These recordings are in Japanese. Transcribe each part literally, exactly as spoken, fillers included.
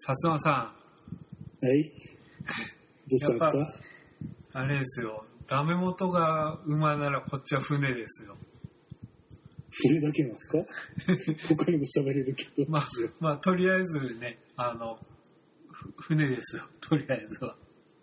薩摩さん。 はい。どうしたんですか？ あれですよ。ダメ元が馬ならこっちは船ですよ。 船だけなんですか？他にも喋れるけど。 まあ、まあ、とりあえずね、あの、船ですよ。とりあえずは。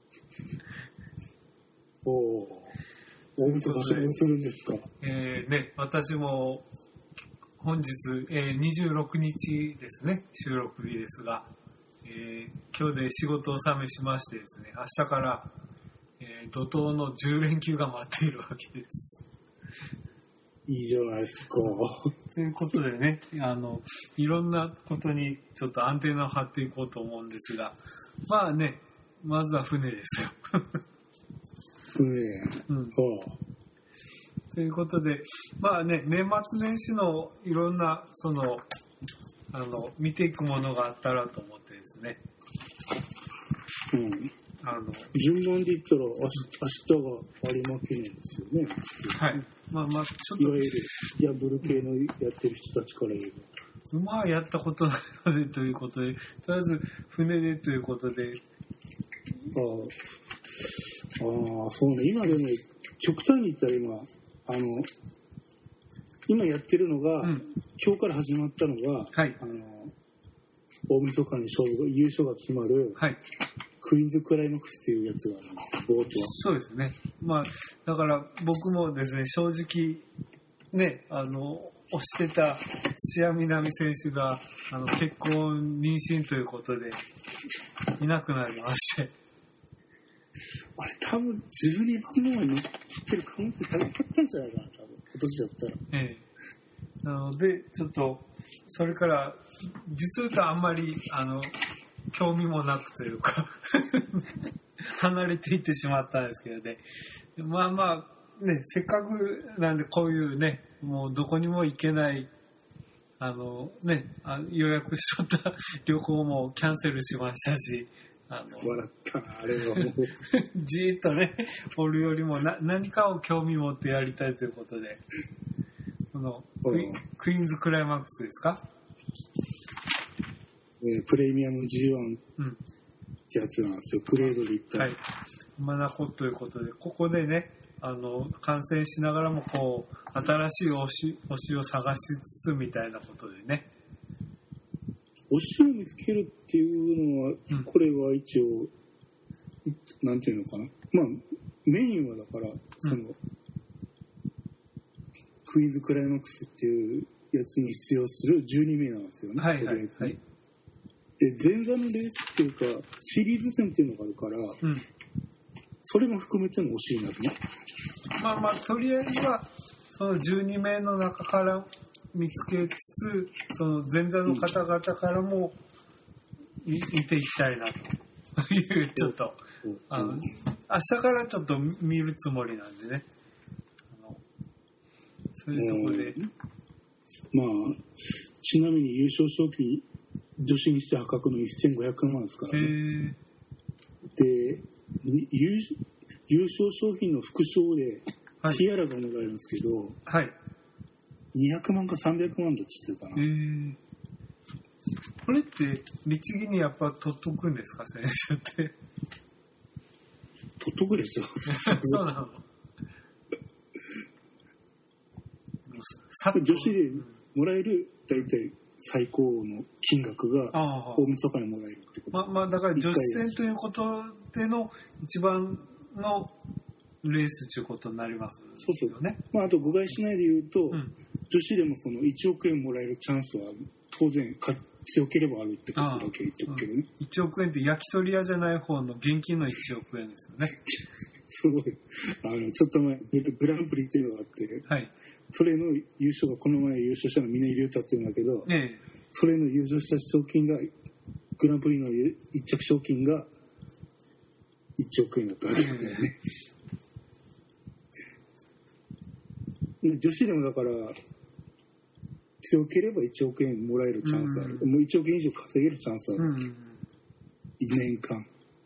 おお。大晦日仕事するんですか？ えー、ね、私も本日、えー、にじゅうろくにちですね、収録日ですが、えー、今日で仕事を納めしましてですね、明日から、えー、怒涛のじゅう連休が待っているわけです。 いいじゃないですか。 ということでね、あの、いろんなことにちょっとアンテナを張っていこうと思うんですが、まあね、まずは船ですよ。 船。 うん。 はあ。 ということで、まあね、年末年始のいろんな、その、あの、見ていくものがあったらと思ってですね。 うん。 あの、 順番で言ったら明日、明日が有馬記念ですよね。 はい。まあまあ、ちょっと。 いわゆるギャンブル系のやってる人たちから言えば。 馬はやったことないのでということで、とりあえず船でということで。 ああ、ああ、そうね。今でも、極端に言ったら今、あの、今やってるのが、うん、今日から始まったのが、 はい、 あの、大晦日に勝負、優勝が決まる、 はい、 クイーンズクライマックスっていうやつがあるんですよ、ボートは。 そうですね。まあ、だから僕もですね、正直、ね、あの、推してた土屋みなみ選手が、あの、結婚、妊娠ということで、いなくなりまして。 あれ、多分、じゅうにばんの方に乗ってる可能性高かったんじゃないかな、多分、今年だったら。 ええ。なので、ちょっと、それから、実は言うとあんまり、あの、興味もなくというか、離れていってしまったんですけどね。まあまあ、ね、せっかくなんでこういうね、もうどこにも行けない、あのね、あ予約しとった旅行もキャンセルしましたし、あの笑ったな、あれはもう。 じーっとね、おるよりもな何かを興味持ってやりたいということで、このクイ、クイーンズクライマックスですか？ えー、プレミアム ジーワン ってやつなんですよ、クレードで言ったら。はい。 マナコということで、ここでね、あの、観戦しながらもこう、新しい推し、推しを探しつつみたいなことでね。 推しを見つけるっていうのは、うん、これは一応、なんていうのかな。まあ、メインはだから、その、うん、クイーンズクライマックスっていうやつに出場するじゅうにめいなんですよね。 はいはい、はい。 で、前座のレースっていうか、シリーズ戦っていうのがあるから、うん、それも含めての推しになるね。 まあまあ、とりあえずは、そのじゅうにめいの中から見つけつつ、その前座の方々からも見ていきたいなという、ちょっと、あの、明日からちょっと見るつもりなんでね。あのそういうところで。 まあ、ちなみに優勝賞金、女子にして破格のせんごひゃくまんですからね。で、優, 優勝賞品の副賞でティアラがもらえるんですけど、 はい、 にひゃくまんかさんびゃくまんだっつってたな。 これって律儀にやっぱ取っとくんですか、選手って。 取っとくでしょ。 そうなの。 女子でもらえる大体最高の金額が大晦日にもらえるってこと。 まあまあ、だから女子戦ということでの一番のレースということになりますよね。 そうそうね。まあ、あと誤解しないで言うと、うん、女子でもそのいちおくえんもらえるチャンスは当然強ければあるってことだけ言っておくけどね。 いちおくえんって焼き鳥屋じゃない方の現金のいちおくえんですよね。 すごい。あの、ちょっと前、グランプリっていうのがあって、 はい、 それの優勝がこの前優勝したのは峰井隆太っていうんだけど、 ええ、 それの優勝した賞金が、グランプリの一着賞金がいちおくえんだったわけだよね。ええ、女子でもだから、強ければいちおくえんもらえるチャンスある。うん、もういちおくえん以上稼げるチャンスある。うん、年間。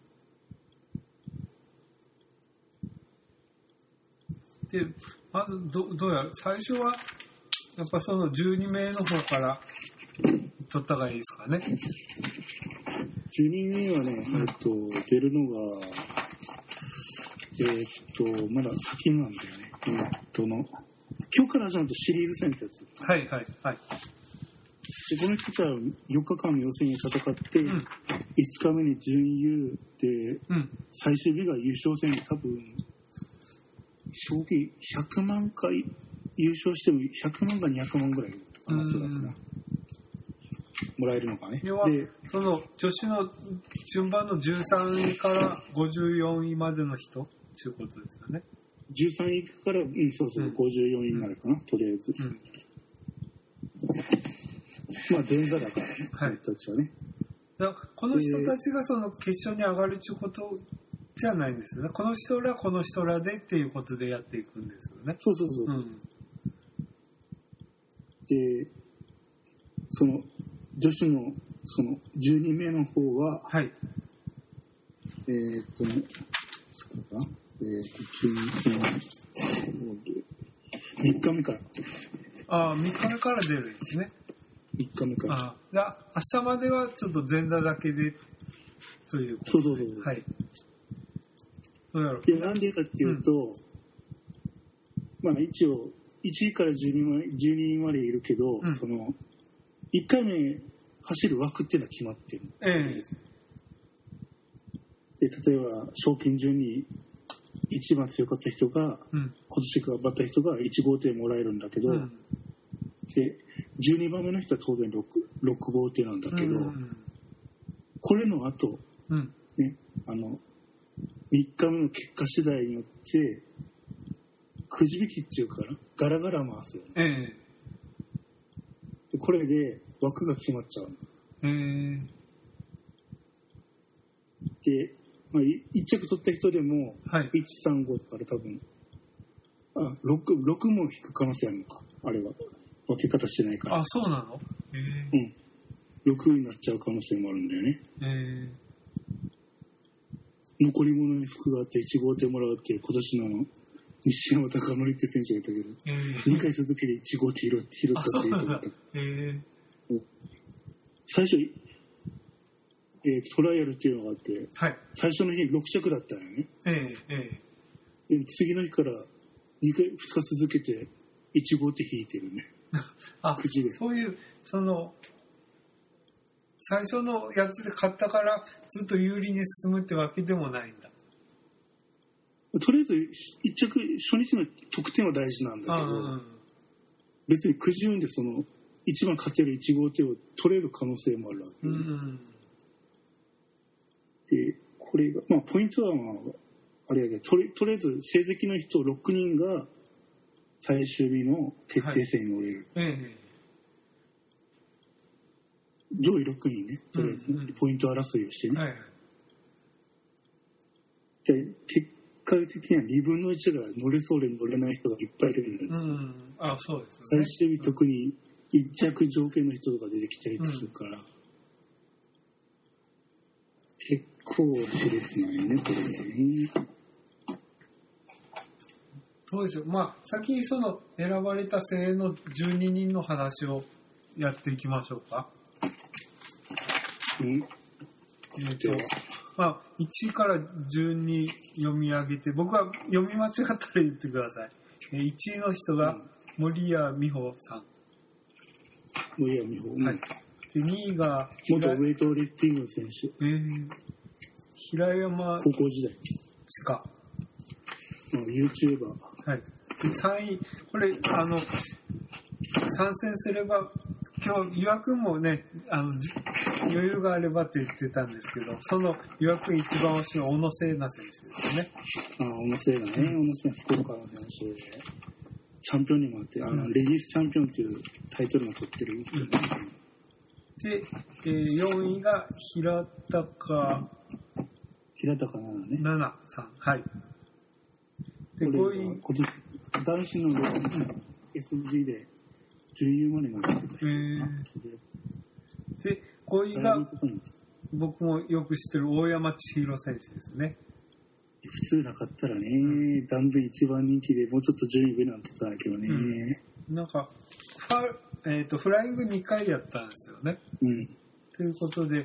で、まずど、どうやら、最初は、やっぱそのじゅうにめいの方から取った方がいいですかね。 じゅうにんめはね、えっと、出るのが、えー、っと、まだ先なんだよね。えー、っとの、今日から始まるとシリーズ戦ってやつ。 はいはいはい。 で、この人たちはよっかかんの予選に戦って、うん、いつかめに準優で、うん、最終日が優勝戦で多分、賞金ひゃくまん回優勝してもひゃくまんかにひゃくまんぐらいかな、そうですね。もらえるのかね。 で、その女子の順番のじゅうさんいからごじゅうよんいまでの人っていうことですよね。 じゅうさんいから、うん、そうそう、うん、ごじゅうよんいまでかな、とりあえず。うん、まあ、前座だからね、はい、人たちはね。 だからこの人たちがその決勝に上がるっていうことじゃないんですよね。この人ら、この人らでっていうことでやっていくんですよね。 そうそうそう。うん、で、その、女子のそのじゅうにめの方は、はい、えー、っとね、そうかな、えー、っと、じゅうにめの方で、みっかめから。 ああ、みっかめから出るんですね。 みっかめから。 ああ、明日まではちょっと前座だけで、ということ。 そうそうそう。はい。どうやろう。で、なんでかっていうと、うん、まあ一応、いちいからじゅうにいまで、じゅうにいまでいるけど、うん、その、いっかいめ走る枠っていうのは決まってる、ええ、で例えば賞金順に一番強かった人が、うん、今年頑張った人がいち号艇もらえるんだけど、うん、でじゅうにばんめの人は当然 6, ろく号艇なんだけど、うん、これの後、うん、ね、あのみっかめの結果次第によってくじ引きっていうからガラガラ回すよね、ええ、これで枠が決まっちゃう。へー。で、まあ、いち着取った人でも、はい、いちさんごから多分、あ、ろく、ろくも引く可能性あるのか。あれは。分け方してないから。 あ、そうなの？へー。 うん。ろくになっちゃう可能性もあるんだよね。へー。残り物に服があっていち号艇もらうっていう今年の西山隆則って選手がいたけど、えー、にかい続けていち号艇拾ったっていうところだった。えー、最初、えー、トライアルっていうのがあって、はい、最初の日ろく着だったよね。えーえー、で次の日からにかいふつか続けていち号艇引いてるね。 あ、くじで。そういうその最初のやつで買ったからずっと有利に進むってわけでもないんだ。 とりあえず一着初日の得点は大事なんだけど、うん、別にくじ運でその一番勝てるいち号艇を取れる可能性もあるわけ、うん、でこれがまあポイントはまああれやけどとり、とりあえず成績の人ろくにんが最終日の決定戦に乗れる、はい、ええ、上位ろくにんね、とりあえず、ね、うんうん、ポイント争いをしてね、はい、で結果的にはにぶんのいちが乗れそうで乗れない人がいっぱいいるんですよ、うん、あ、そうですよね、最終日特にいち着条件の人とか出てきたりするから、うん、結構熾烈なんよね、これね。 そうですよ。まあ先にその選ばれた精のじゅうににんの話をやっていきましょうか。うん。えっと、まあいちいから順に読み上げて、僕は読み間違ったら言ってください。いちいの人が森谷美穂さん。 森谷美穂。はい。 でにいが元ウェイトリフティングの選手。 えー、平山高校時代。 しか。 YouTuber。 はい。さんい、これ、あの、参戦すれば、今日、岩君もね、あの、余裕があればって言ってたんですけど、その岩君一番推しの小野聖奈選手ですね。 ああ、小野聖奈ね。小野聖奈、福岡の選手で、チャンピオンにもあって、あの、レディースチャンピオンっていうタイトルも取ってる、うん。 で、えー、よんいが平高、 平高奈々ね。 奈々さん。はい。で、ごい。今年、男子の エスジー で準優までなってた人、えー、 で、ごいが僕もよく知ってる大山千尋選手ですね。 普通なかったらね、うん、断然一番人気でもうちょっと順位上なんてたんだけどね、 うん、なんかファ、えーと、フライングにかいやったんですよね、うん、ということで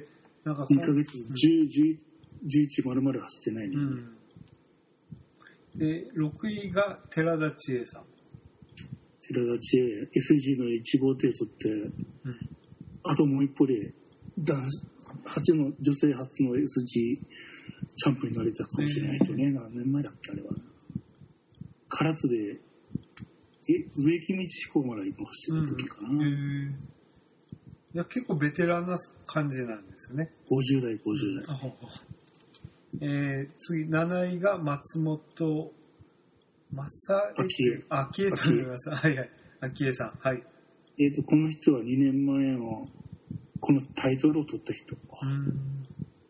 なんかにかげつじゅう、じゅういち丸々走ってないね。 うん。で、ろくいが寺田千恵さん。 寺田千恵、エスジー のいち号艇取って、うん、あともう一歩で、男初の女性初の エスジー チャンプになれたかもしれないとね、何年前だっけ、あれは。唐津で、え、植木道飛行まで走ってた時かな。うん、 いや結構ベテランな感じなんですね。 ごじゅう代、ごじゅう代。 えー、次、なないが松本正恵。 昭恵と言います。はいはい。昭恵さん。はい。 えっ、ー、と、この人はにねんまえの、このタイトルを取った人。 うん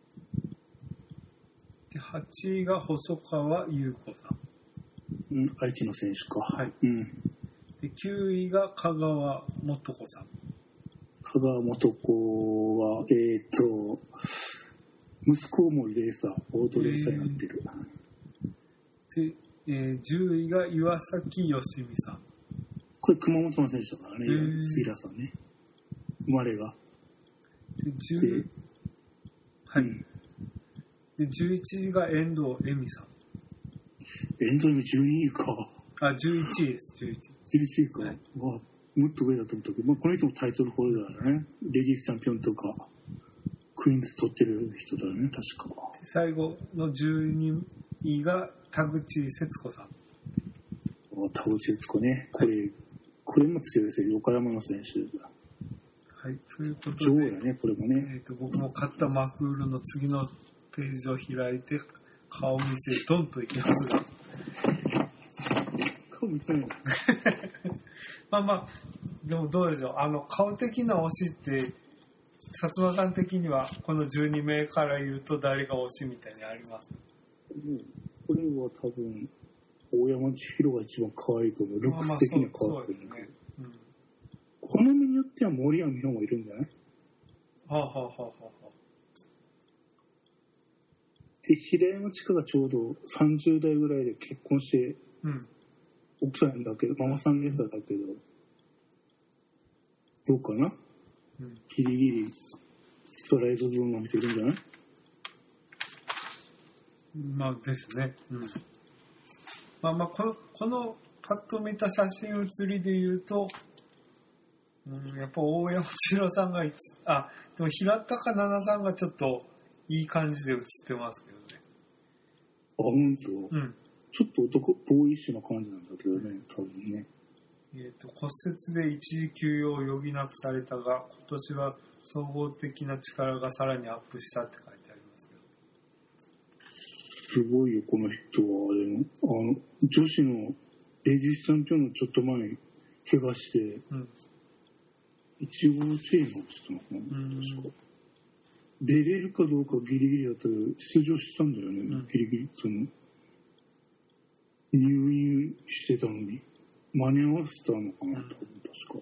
で、はちいが細川優子さん。うん、愛知の選手か。 はい。 うん。 で、きゅういが香川素子さん。 香川素子は、えっ、ー、と、息子もレーサー、オートレーサーになってる。 えー、で、えー、じゅういが岩崎よしみさん。 これ熊本の選手だからね、スイラさんね。生まれが。 で、じゅう、はい。うん、で、じゅういちいが遠藤恵美さん。 遠藤恵美じゅうにいか。 あ、じゅういちいです、じゅういちい。 じゅういちいか。はい、わもっと上だと思ったけど、まあ、この人もタイトルホルダーだね。レディースチャンピオンとか、クイーンズ取ってる人だね、確か。 で最後のじゅうにいが田口節子さん。 田口節子ね。これ、はい、これも強いですよ、横山の選手。 はい、ということで。 女王だね、これもね。 えっと、僕も買ったマクールの次のページを開いて、顔見せ、ドンといきますが。 顔見せないまあまあ、でもどうでしょう。あの、顔的な推しって、薩摩さん的には、このじゅうにめいから言うと誰が推しみたいにあります？ うん、これは多分、大山千尋が一番可愛いと思う。ルックス的には可愛いと思う。まあまあそう、そうですね。うん。好みによっては森谷美穂もいるんじゃない？ はあ、はあはあはあ、 で、平山千佳がちょうどさんじゅう代ぐらいで結婚して、うん、奥さんだけど、ママさんレーサーだけど、どうかな、うん、ギリギリストライドゾーンの人いるんじゃない？ まあですね。うん。まあまあ、この、このパッと見た写真写りで言うと、うん、やっぱ大山千尋さんが一、あ、でも平高奈々さんがちょっといい感じで写ってますけどね。 あ、ほんと？うん。ちょっと男、ボーイッシュな感じなんだけどね、多分ね。 えっと、骨折で一時休養を余儀なくされたが、今年は総合的な力がさらにアップしたって書いてありますけど。 すごいよ、この人は。でも、あの、女子のレディースチャンピオンのちょっと前に怪我して、うん、いち号チェーンが落ちたのかな、確か。出れるかどうかギリギリだったら出場したんだよね、うん、ギリギリ。その、入院してたのに。間に合わせたのかな、多分確か。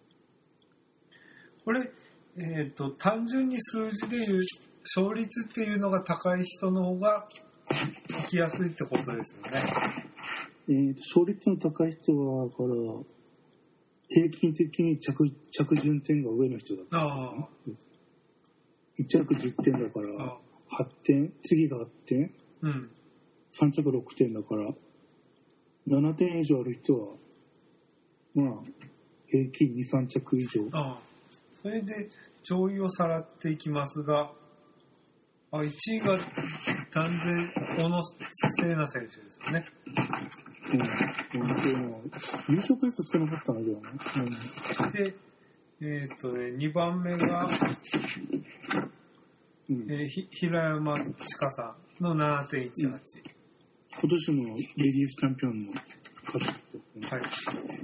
これ、えっと、単純に数字でいう、勝率っていうのが高い人の方が行きやすいってことですよね。 えー、勝率の高い人は、だから、平均的に着、着順点が上の人だった、ね。ああ。いち着じゅってんだから、はってん、次がはってん、うん、さん着ろくてんだから、ななてん以上ある人は、まあ、平均に、さん着以上。 ああ。それで上位をさらっていきますが、あ、いちいが断然、小野聖奈選手ですよね。 うん。優勝回数少なかったのではね。 うん、で、えっ、ー、とね、にばんめが、うんえー、ひ平山千佳さんの ななてんいちはち、うん。 今年のレディースチャンピオンの方、ね、 はい。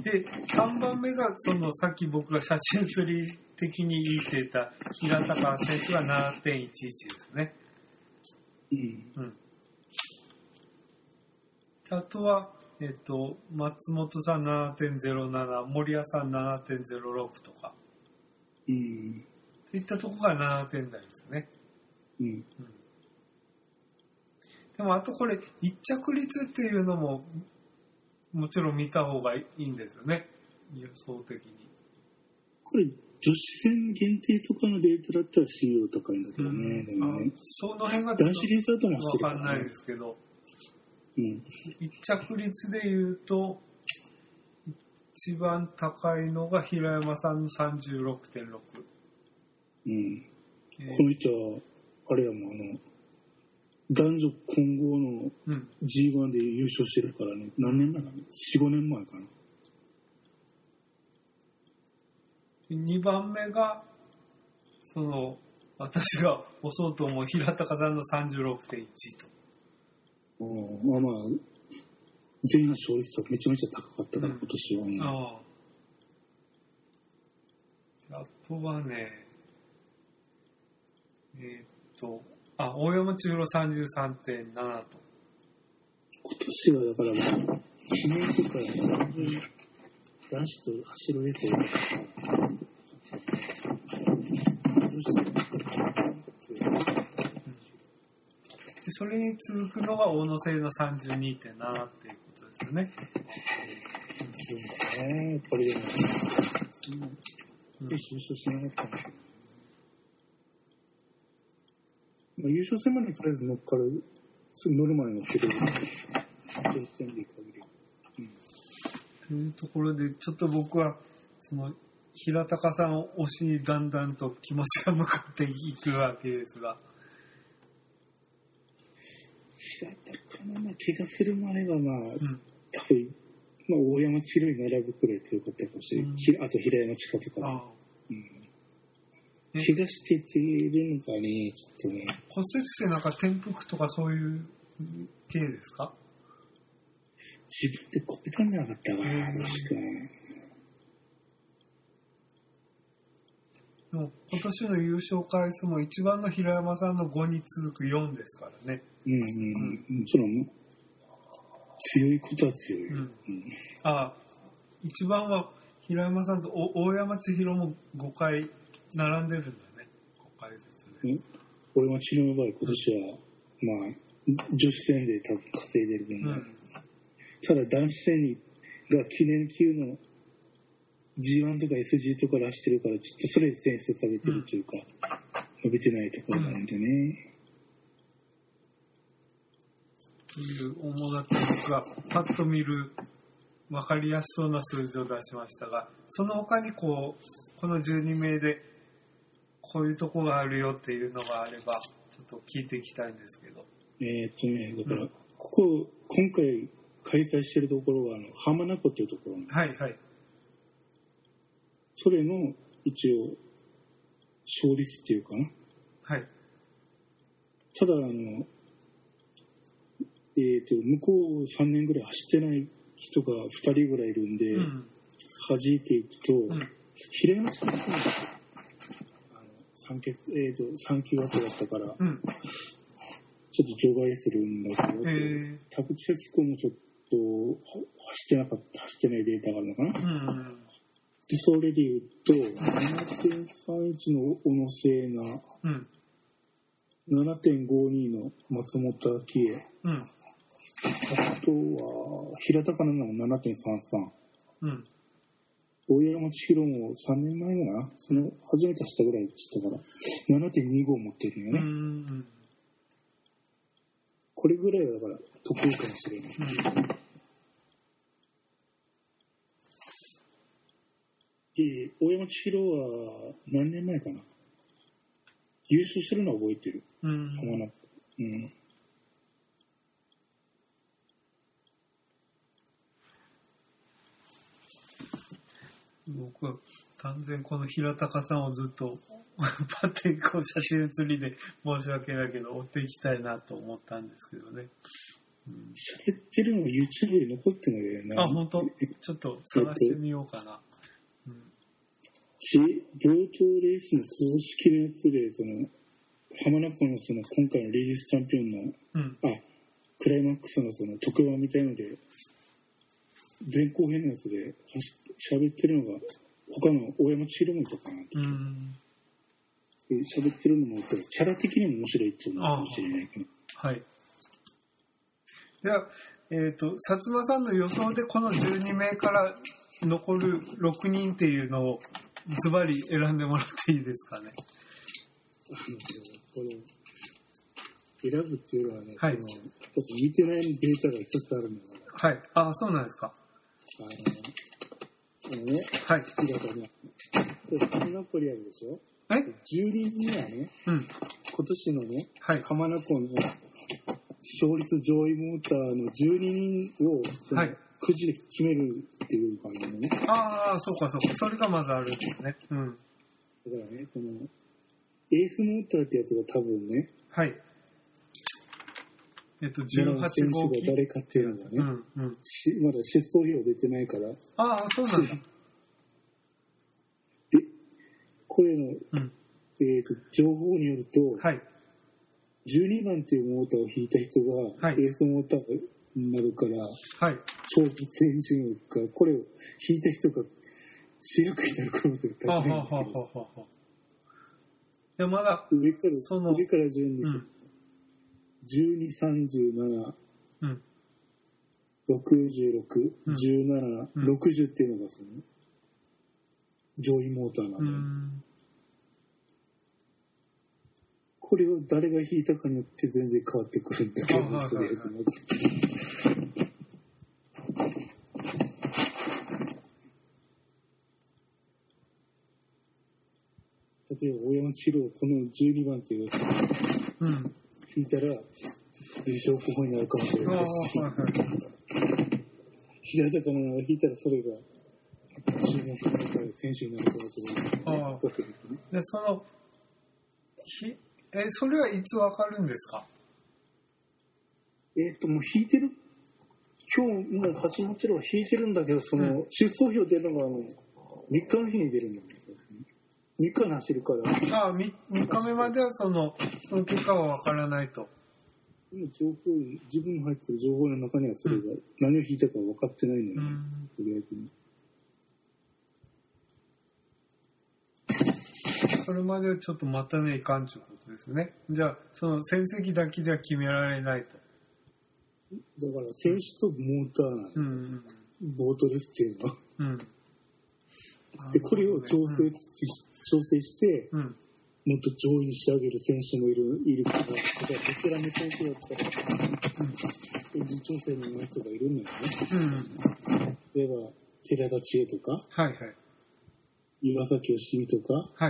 で、さんばんめが、その、さっき僕が写真写り的に言っていた平高選手が ななてんいちいち ですね。うん。うん。あとは、えっと、松本さん ななてんゼロなな、森谷さん ななてんゼロろく とか。うん。といったところがななてん台ですね。うん。うん。でも、あとこれ、一着率っていうのも、もちろん見た方がいいんですよね。予想的に。 これ、 女子戦限定とかのデータだったら信用高いんだけどね。うん、でもね、 その辺が男子リザードもしてるわかんないですけど、 うん、 一着率で言うと、一番高いのが平山さんの さんじゅうろくてんろく。 うん。えー、この人は、あれやもん、あの、男女混合の ジーワン で優勝してるからね、うん、何年前かな ?よん、ごねんまえかな。 にばんめが、その、私が押そうと思う平高さんの さんじゅうろくてんいち と。 まあまあ、前半勝率はめちゃめちゃ高かったから、うん、今年はね。ああ。あとはね、えー、っと、あ、大山千尋 さんじゅうさんてんなな と。 今年はだからもう、記念とか、男子と走るレースを、 それに続くのが大野製の さんじゅうにてんなな っていうことですよね。 そうだね。やっぱりでも、そんな、優勝しなかったんだけど。まあ、優勝戦までとりあえず乗っかる、すぐ乗るまで乗ってくる。決戦でいく限り。うん。 というところで、ちょっと僕は、その、平高さんを推しにだんだんと気持ちが向かっていくわけですが。 平高のな怪我する前はまあ、うん、多分、まあ、大山千尋に並ぶくらいということかもしれない。うん、あと平山千佳とか。ああ、うん、怪我しててるのかね、ちょっとね。 骨折してなんか転覆とかそういう系ですか？ 自分でこけたんじゃなかったかな、確か。 でも今年の優勝回数も一番の平山さんのごに続くよんですからね。 うんうんうん。その強いことは強い。うんうん、 ああ、一番は平山さんと大山千尋もごかい並んでるんだね。ごかいずつね。 大山千尋の場合今年は、まあ女子戦で多分稼いでる分が、うん、ただ男子戦が記念級のジーワン とか エスジー とか出してるから、ちょっとそれで点数下げてるというか、うん、伸びてないところなんでね。 という主だった僕がパッと見る分かりやすそうな数字を出しましたが、その他にこう、このじゅうにめいでこういうとこがあるよっていうのがあれば、ちょっと聞いていきたいんですけど。 えー、っとね、だから、うん、ここ、今回開催してるところが、あの、浜名湖っていうところなんです。 はいはい。 それの一応勝率っていうかな。 はい。 ただあのえっ、ー、と向こうさんねんぐらい走ってない人がふたりぐらいいるんで、うん、弾いていくと、うん、平山さんが三欠えっ、ー、と三級枠だったから、うん、ちょっと除外するんだけど、田口節子もちょっと走ってなかった走ってないデータがあるのかな。うんでそれで言うと ななてんさんいち の小野聖奈、うん、ななてんごに の松本明恵、うん、あとは平高奈々も ななてんさんさん、うん、大山千尋もさんねんまえかな、その初めて走ったぐらいって言ったから ななてんにご 持ってるんよね。うん、これぐらいはだから得意かもしれない。うんで大山千尋は何年前かな優勝してるのは覚えてる。うん。浜名湖。うん。 僕は完全この平高さんをずっとパッてこう写真写りで申し訳ないけど追っていきたいなと思ったんですけどね。 喋、うん、ってるのが YouTube で残ってないよね。 あ、本当？ちょっと探してみようかな。 し、冒頭レースの公式のやつで、その、浜名湖のその、今回のレディースチャンピオンの、うん、あ、クライマックスのその、特番みたいので、前後編のやつで、喋ってるのが、他の大山千尋もいたかなって。うん。喋ってるのも、キャラ的にも面白いって思うかもしれないけど。 はい。では、えっ、ー、と、薩摩さんの予想でこのじゅうにめいから残るろくにんっていうのをズバリ選んでもらっていいですかね。 あのこれ選ぶっていうのはね、 はい、 ちょっと見てないデータが一つあるんだから。 はい。ああ、そうなんですか。 あの、あのね、 はい。 明らかに。これ、カムナポリあるでしょ。 えじゅうにんにはね、うん、今年のね、 はい、 浜名湖の勝率上位モーターのじゅうににんを、その、はい、くじで決めるっていう感じのね。 ああ、そうかそうか。それがまずあるんですね。うん。 だからね、この、エースモーターってやつが多分ね、 はい。えっと、じゅうはち号機。 選手が誰かっていうのがね、うんうん、まだ出走費用出てないから。 ああ、そうなんだ。 で、これの、うん、えっと、情報によると、はい、じゅうにばんっていうモーターを引いた人が、はい、エースモーターになるから、はい、長期戦時のか、これを引いた人が主役になる可能性が高いんだけど。ははははは。 いや、まだ、 上から、その上から順に、うん、じゅうに、さんじゅうなな、うん、ろくじゅうろく、じゅうなな、うん、ろくじゅうっていうのがその上位モーターなの、うん、これを誰が引いたかによって全然変わってくるんだけど、それ例えば大山千郎このじゅうにばんというやつ、うん、引いたら優勝候補になるかもしれないし、はいはい、平高のが引いたらそれが注目される選手になるかもしれない、ね。あでそのひえそれはいつわかるんですか？ えっともう引いてる今日もう始まってるは引いてるんだけどその、うん、出走費を出るのがあのみっかの日に出るんだよね。みっかに走るから。 ああ、みっかめまではその、その結果は分からないと。 今情報、自分の入ってる情報の中にはそれが何を引いたか分かってないのよ、ね、とりあえず。それまではちょっと待たないかんということですね。じゃあ、その戦績だけでは決められないと。 だから選手とモーターなの、うん、ボートレースっていうのは。うん、で、これを調整し、うん調整して、うん、もっと上位に仕上げる選手もいるいるから、ベテランの選手だったら、うん、エンジン調整の人がいるんだよね。うん、例えば、寺田千恵とか、はいはい、岩崎良美とか、はい、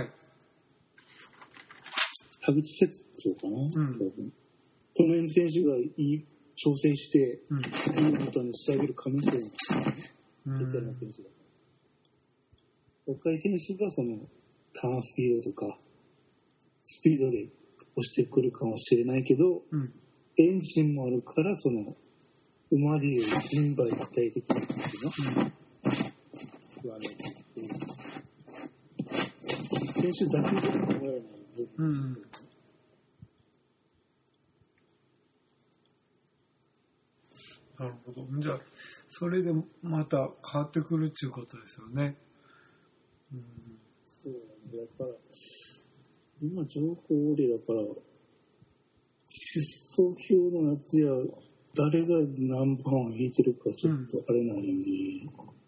田口節子かな、うん、多分この辺の選手がいい調整して、うん、いいことに仕上げる可能性があるんですよね。ベテランの選手だから。若い選手がその、ターンスピードとかスピードで押してくるかもしれないけど、うん、エンジンもあるからその馬でいう人馬一体的な感じの、うん、あの選手だけでは考えない部分、うん、 なるほど。じゃあそれでまた変わってくるっていうことですよね。 うん、そうだから今情報でだから出走表のやつや誰が何番を引いてるかちょっとあれなのに、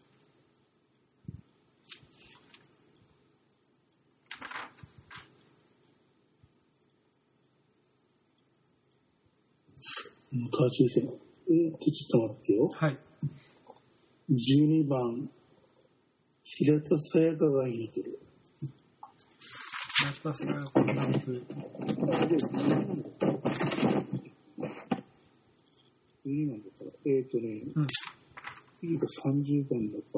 うん、もうター抽選えー、っとちょっと待ってよ、はい、じゅうにばん平田沙也加が引いてる。 平田沙也加が引いてる。 じゅうにばんだから、えっ、ー、とね、うん、次がさんじゅうばんだから、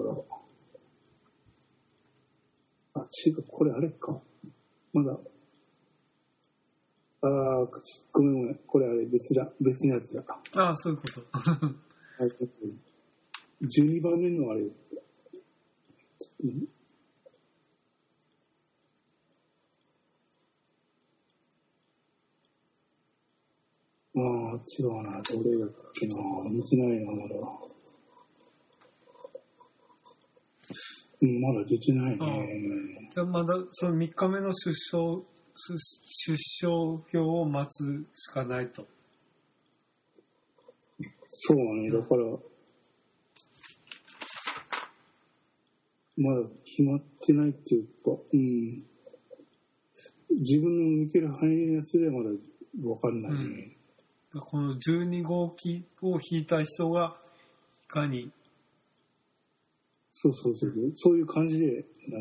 あ、違う、これあれか。まだ、あー、ごめんごめん、これあれ別だ、別のやつだ。 ああ、そういうこと。 じゅうにばんめのあれ、うん、ああ、違うな。どれだっけな。見てないな、まだ。うん、まだ出てないね。 じゃあまだそのみっかめの出走、出走表を待つしかないと。 そうだね。だから、 まだ決まってないっていうか、うん、自分の見てる範囲のやつではまだ分かんないね。 うん、このじゅうに号機を引いた人がいかに、 そうそうそう、うん、そういう感じで、 うん、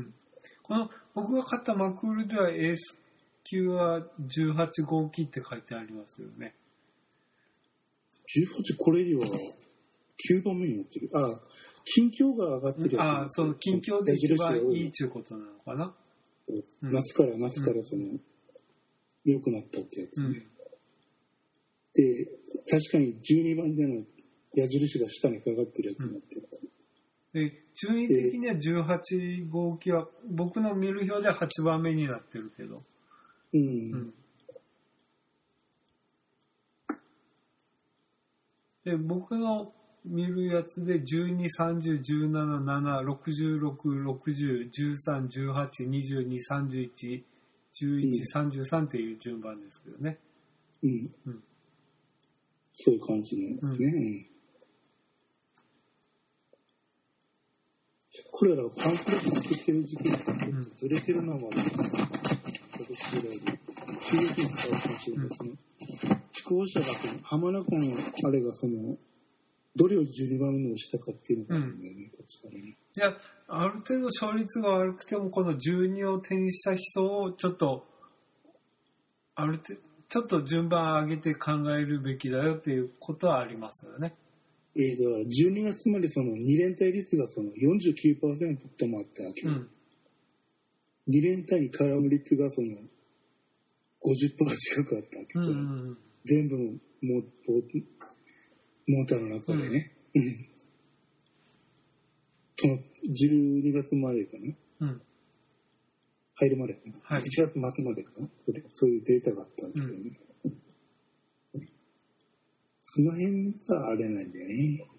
この僕が買ったマクールではエース級はじゅうはち号機って書いてありますよね。 じゅうはち、これよりはきゅうばんめになってる。あ、近況が上がってるやつ。 ああ、そう、近況で一番いいっていうことなのかな。 うん、夏から夏からその、うん、良くなったってやつ、ね、うん、で、確かにじゅうにばんでの矢印が下にかかってるやつになってる。 うん、で、順位的にはじゅうはち号機は、僕の見る表でははちばんめになってるけど。 うん。うんで、僕の見るやつでじゅうに、さんじゅう、じゅうなな、なな、ろくじゅうろく、ろくじゅう、じゅうさん、じゅうはち、にじゅうに、さんじゅういち、じゅういち、さんじゅうさんっていう順番ですけどね。 うん。うん、そういう感じなんですね。うん、これらパンフレット作ってる時期がちょっとずれてるのはまだ、私ぐらいで、急激に使うかもしれないですね。飛行者が浜名湖のあれがそのどれをじゅうにばんめにしたかっていうのがあるんだよね、うん、確かに。いや、ある程度勝率が悪くてもこのじゅうにを手にした人をちょっとある程度ちょっと順番上げて考えるべきだよっていうことはありますよね。 えー、だからじゅうにがつまでそのに連単率がその よんじゅうきゅうパーセント ともあったわけ、うん、に連単に絡む率がその ごじゅっパーセント 近くあったわけ、うんうんうん、全部モモーターの中でね、うん、そのじゅうにがつまでかな、うん、入るまでかな、はい、いちがつ末までかな、それそういうデータがあったんだけどね、うん、その辺さあれなんだよね。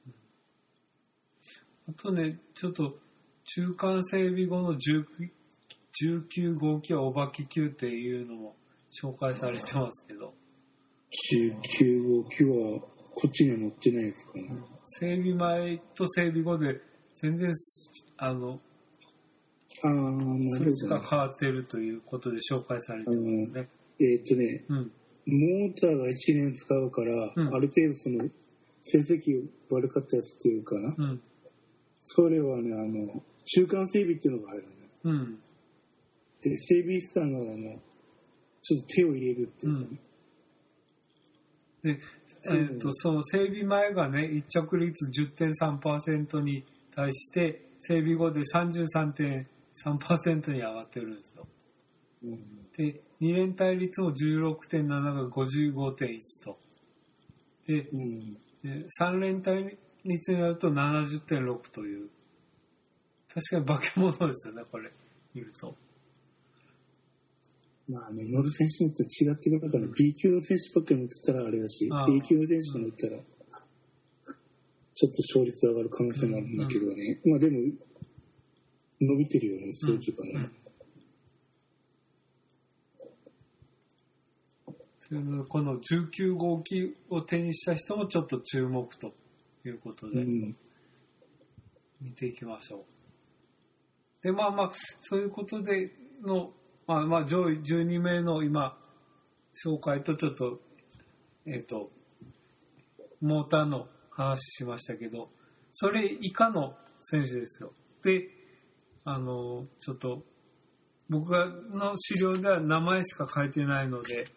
あとね、ちょっと中間整備後のじゅうきゅう号機はお化け級っていうのも紹介されてますけど、 じゅうきゅう号機はこっちには載ってないですかね、うん、 整備前と整備後で全然あのあ数値が変わっているということで紹介されてますね。 えー、っとね、うん、モーターがいちねん使うから、うん、ある程度その成績悪かったやつっていうかな、うん、それはねあの中間整備っていうのが入るのよ、うん、で整備士さんがあのちょっと手を入れるっていうかね、 うん、でえー、とその整備前がね一着率 じゅってんさんパーセント に対して整備後で さんじゅうさんてんさんパーセント に上がってるんですよ、うん、でに連単率も じゅうろくてんなな が ごじゅうごてんいち と で,、うん、でさん連単率になると ななじゅってんろく という確かに化け物ですよねこれ見ると。 まあね、乗る選手によって違ってくるから、ね、B 級の選手ばっかり乗ってたらあれだし、A 級の選手が乗ったら、ちょっと勝率上がる可能性もあるんだけどね。うんうん、まあでも、伸びてるよね、数字がね。 うんうん、このじゅうきゅう号機を手にした人もちょっと注目ということで、見ていきましょう。で、まあまあ、そういうことでの、まあまあ上位じゅうに名の今紹介とちょっとえっとモーターの話しましたけど、それ以下の選手ですよ。で、あのちょっと僕の資料では名前しか書いてないので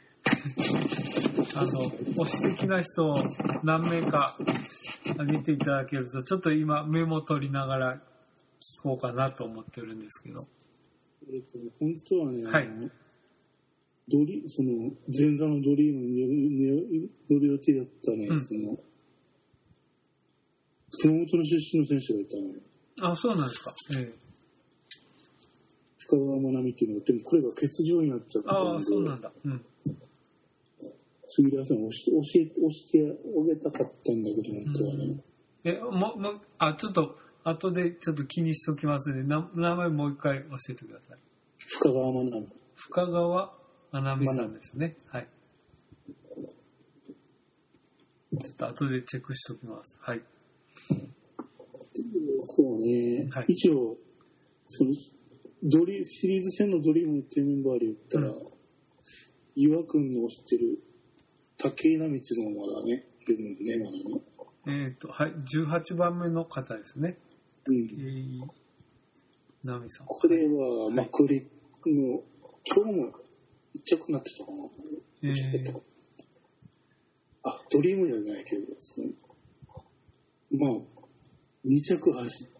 あの保守的な人を何名か挙げていただけるとちょっと今メモ取りながら聞こうかなと思ってるんですけど。 えっと、本当はね、 はい、 ドリその前座のドリームに乗る予定だったね、うん、その熊本の出身の選手がいたのよ。 あ、そうなんですか。ええ、 深川愛美っていうのが、でもこれが欠場になっちゃったので、 ああ、そうなんだ。うん。 杉田さん押して教え押してあげたかったんだけど本当はね。 うん、えももあちょっと。後でちょっと気にしておきますので、名前もう一回教えてください。 深川愛美。 深川愛美さんですね。はい。ちょっと後でチェックしておきます。はい。 そうね、はい、一応そのドリシリーズ戦のドリームっていうメンバーで言ったら、うん、岩君の推してる竹井波地のまだねいるんでね、まだね。えっ、ー、とはいじゅうはちばんめの方ですね。 うん。 えー、波さん。 これはまくりの、はい、今日も一着になってたかな。えー、あドリームじゃないけどですね。まあに着走った、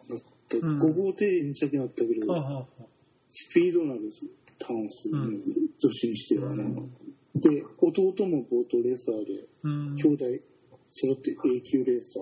うん、ご号艇に着になったけど、はははスピードなるターンする、うん、女子にしてはね、うん、で弟もボートレーサーで、うん、兄弟揃って A 級レーサー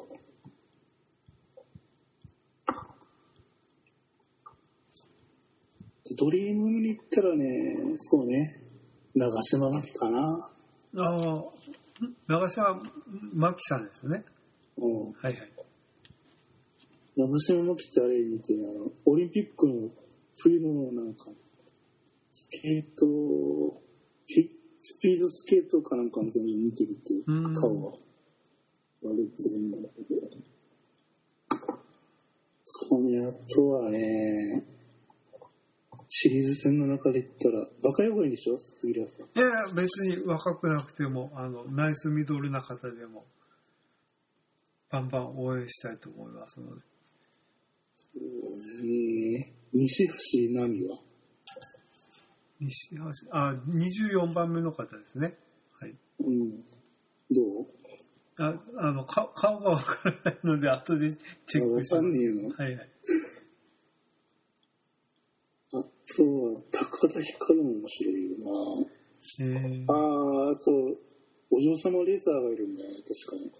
でドリームに行ったらね、そうね、長島真希かな。 ああ、長島真希さんですね。 うん、 はいはい。 長島真希ってあれ見て、あのオリンピックの冬のなんかスケートスピードスケートかなんかの全部見てるっていう顔は割れてるんだけど、そのあとはね、シリーズ戦の中で言ったらバカ弱いんでしょ、杉浦さん。 いやいや別に若くなくてもあのナイスミドルな方でもバンバン応援したいと思いますので。 えー、西橋奈美は西橋、あ、にじゅうよんばんめの方ですね。はい。 うん。どう？ あ、あの、か顔がわからないので、後でチェックします。わかんねえの？はいはい。 あとは、高田光も面白いよな。へえ。ああ、あと、お嬢様レーサーがいるんだよね、確かに。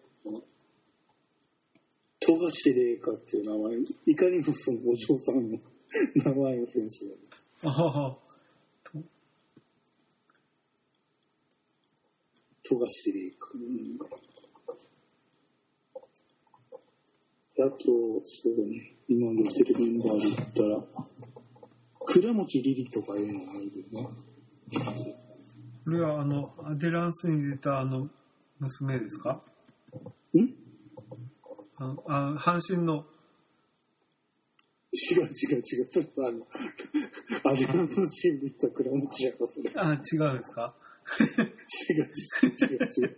富樫玲香っていう名前、いかにもそのお嬢さんの名前の選手だ。ああ。富樫玲香。あと、そうね、今のテレビメンバーで言ったら、倉持リリとかいうのがいるね。 これはあの、アデランスに出たあの、娘ですか？ ん？ ああ、阪神の。 違う違う違う。それはあの、アデランスに出た倉持じゃなそれ。 あ、違うんですか？ 違う違う違う違う違う。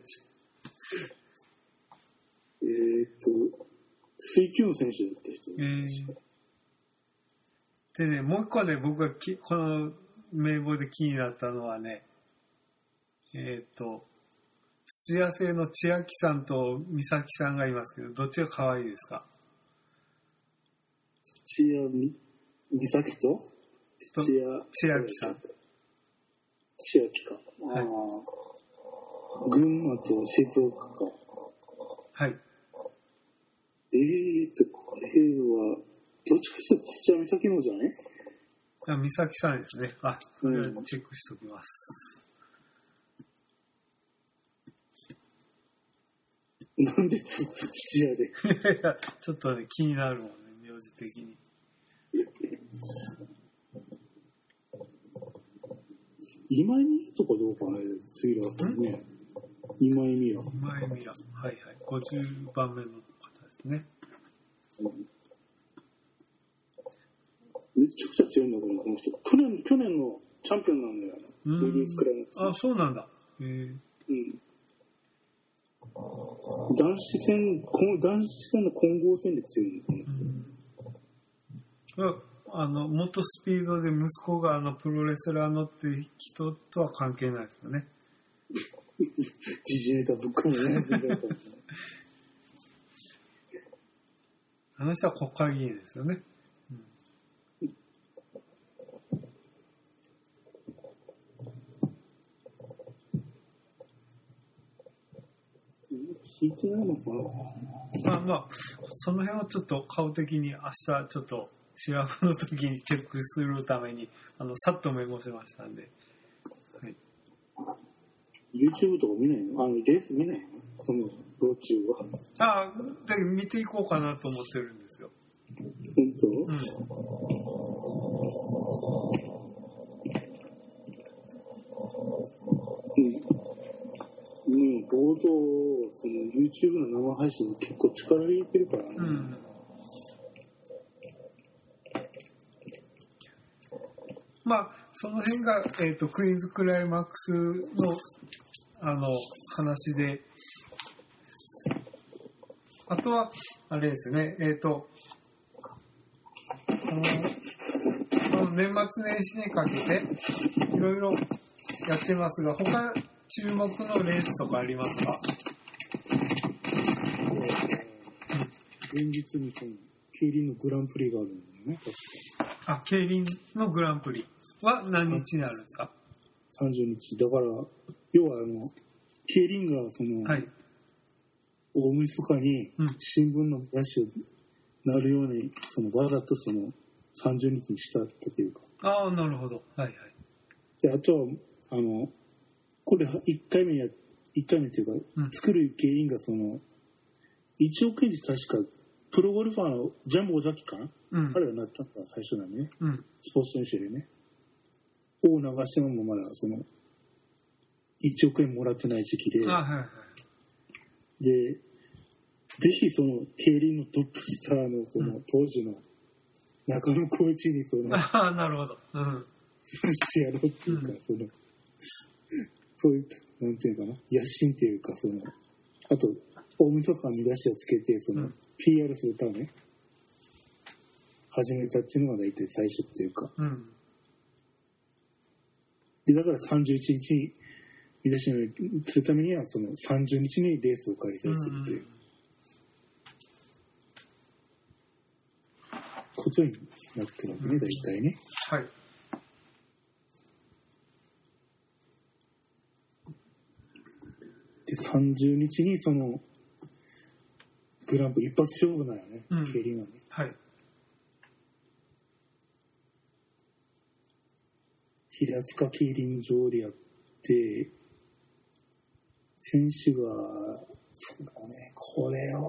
えーっと、水球の選手だった人、えー。 でね、もう一個ね、僕がきこの名簿で気になったのはね、えーっと、土屋製の千秋さんと美咲さんがいますけど、どっちが可愛いですか？ 土屋美咲と土屋千秋さん。 千秋か。はい、ああ、群馬と静岡か。 はい。 えーと、これは、どっちかというと土屋美咲の方じゃね？ あ、美咲さんですね。あ、それはチェックしときます。 うん、なんで土屋でちょっとね、気になるもんね、名字的に。 今井美とかどうかね、杉浦さんね。今井美也。 今井美也。はいはい。ごじゅうばんめの方ですね。 うん、めちゃくちゃ強いんだけど、この人。去年、去年のチャンピオンなんだよね。レディースクライマックス。 あ、そうなんだ。へえ。 うん。男子戦、男子戦の混合戦で強いんだよね。 うんあのもっとスピードで息子があのプロレスラーのっていう人とは関係ないですよね。 時事ネタぶっ込むね。 あの人は国会議員ですよね。うん、 引いてないのかな。 まあまあその辺はちょっと顔的に明日ちょっと。シラフの時にチェックするためにあのさっとメモしましたんで、はい、 YouTube とか見ないの？あのレース見ないの？その道中は。 ああ、だけど見ていこうかなと思ってるんですよ。 本当？うん。うん。うん、ボードその YouTube の生配信に結構力入れてるからね。うんまあその辺が、えーと、クイーンズクライマックスのあの話で、あとはあれですね、えっ、ー、とあのその年末年始にかけていろいろやってますが、他注目のレースとかありますか？ 現実にその競輪のグランプリがあるんだよね、確か。 あ、競輪のグランプリは何日にあるんですか？ さんじゅうにち。だから、要はあの、競輪がその、はい、大晦日に新聞の見出しになるように、そのわざとそのさんじゅうにちにしたというか。 ああ、なるほど。はいはい。 で、あとは、あの、これいっかいめや、いっかいめというか、うん、作る競輪がその、いちおくえんで確か、プロゴルファーのジャンボ尾崎かな、うん、彼がなったのが最初なんでね、うん、スポーツ選手でね。大長島もまだその、いちおくえんもらってない時期で、 あ、はいはい、 で、ぜひその、競輪のトップスターのその、当時の中野コーチにその、 ああ、なるほど。うん。 してやろうっていうか、うん、その、そういう、なんていうかな、野心っていうか、その、あと、大晦日に見出しをつけて、その、うん、ピーアール するため、始めたっていうのが大体最初っていうか、うん、で、だからさんじゅういちにちに見出しをするためには、そのさんじゅうにちにレースを開催するっていう、うん、ことになってるわけね、大体ね。 はい。 で、さんじゅうにちにその、グランプリ一発勝負なんよね、うん、競輪はね。 はい。 平塚競輪場でやって、選手が、そうだね、これは、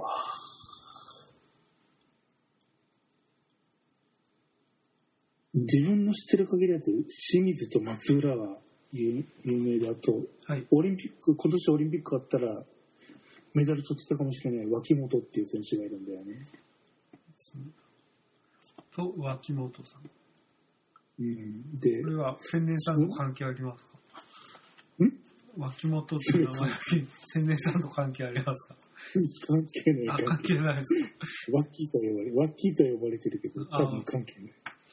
自分の知ってる限りだと、清水と松浦が有名で、あと、はい、オリンピック、今年オリンピックあったら、メダル取ってたかもしれない脇本っていう選手がいるんだよね。 と、脇本さん。 うん、で、 これは千年さんと関係ありますか？ん？脇本っていう名前だけ千年さんと関係ありますか？ 関係ない。 あ、関係ないですか？ ワッキーと呼ばれ、ワッキーと呼ばれてるけど、多分関係ない。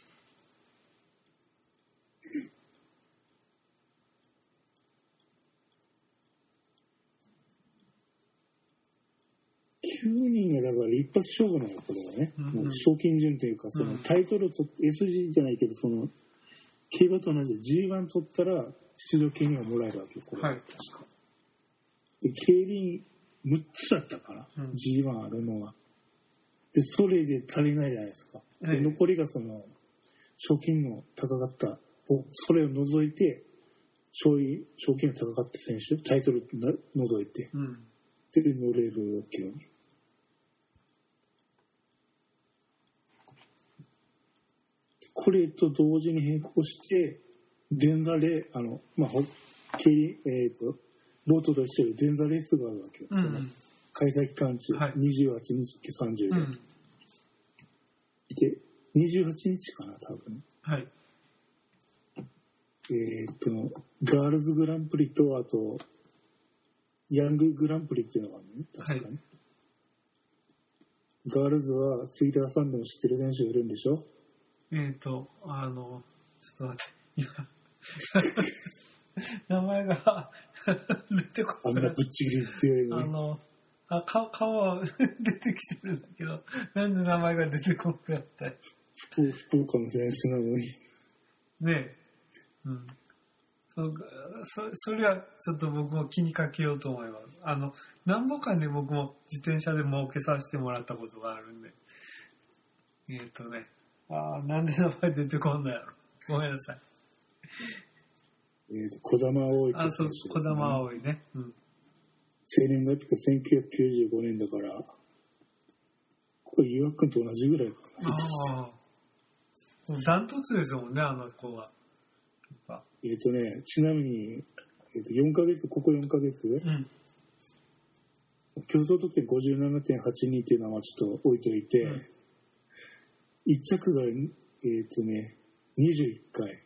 きゅうにんがだから一発勝負なの、これはね。うんうん、もう賞金順というか、そのタイトルを取って、エスジー じゃないけど、その、競馬と同じで ジーワン 取ったら出場権がもらえるわけよ、これは。はい、確か。で、競輪むっつだったかな、うん、ジーワン あるのは。で、それで足りないじゃないですか。で、残りがその、賞金の高かった、それを除いて、賞金の高かった選手、タイトル除いて、うん、で、乗れるわけよね。これと同時に並行して、電座レあの、まあ、競輪、えっ、ー、と、ボートと一緒で電座レースがあるわけよ。うん、その開催期間中、はい、にじゅうはち、にじゅうく、さんじゅうで。うん、で、にじゅうはちにちかな、多分。 はい。 えっ、ー、と、ガールズグランプリと、あと、ヤンググランプリっていうのがあるのね、確かに。はい、ガールズは、杉田さんでも知ってる選手がいるんでしょ？ えっ、ー、と、あの、ちょっと待って、今、名前が出てこない。 あんなぶっちぎり強いのに。 あの、あ、顔、顔は出てきてるんだけど、なんで名前が出てこなかった福福岡の選手なのに。 ねえ。うん。そうそそれはちょっと僕も気にかけようと思います。あの、何本かで僕も自転車で儲けさせてもらったことがあるんで。えっ、ー、とね。ああ、なんで名前出てこんのやろ。ごめんなさい。 えっ、ー、と、児玉葵って選手、ね。 あ、そう、児玉葵ね。うん。 生年月日がせんきゅうひゃくきゅうじゅうごねんだから、これ、岩君と同じぐらいかな。ああ。ダントツですもんね、あの子は。 えっ、ー、とね、ちなみに、えー、とよんかげつ、ここよんかげつ、うん、競争得点 ごじゅうななてんはちに っていうのはちょっと置いといて、うん、いっ着が、えっ、ー、とね、にじゅういっかい。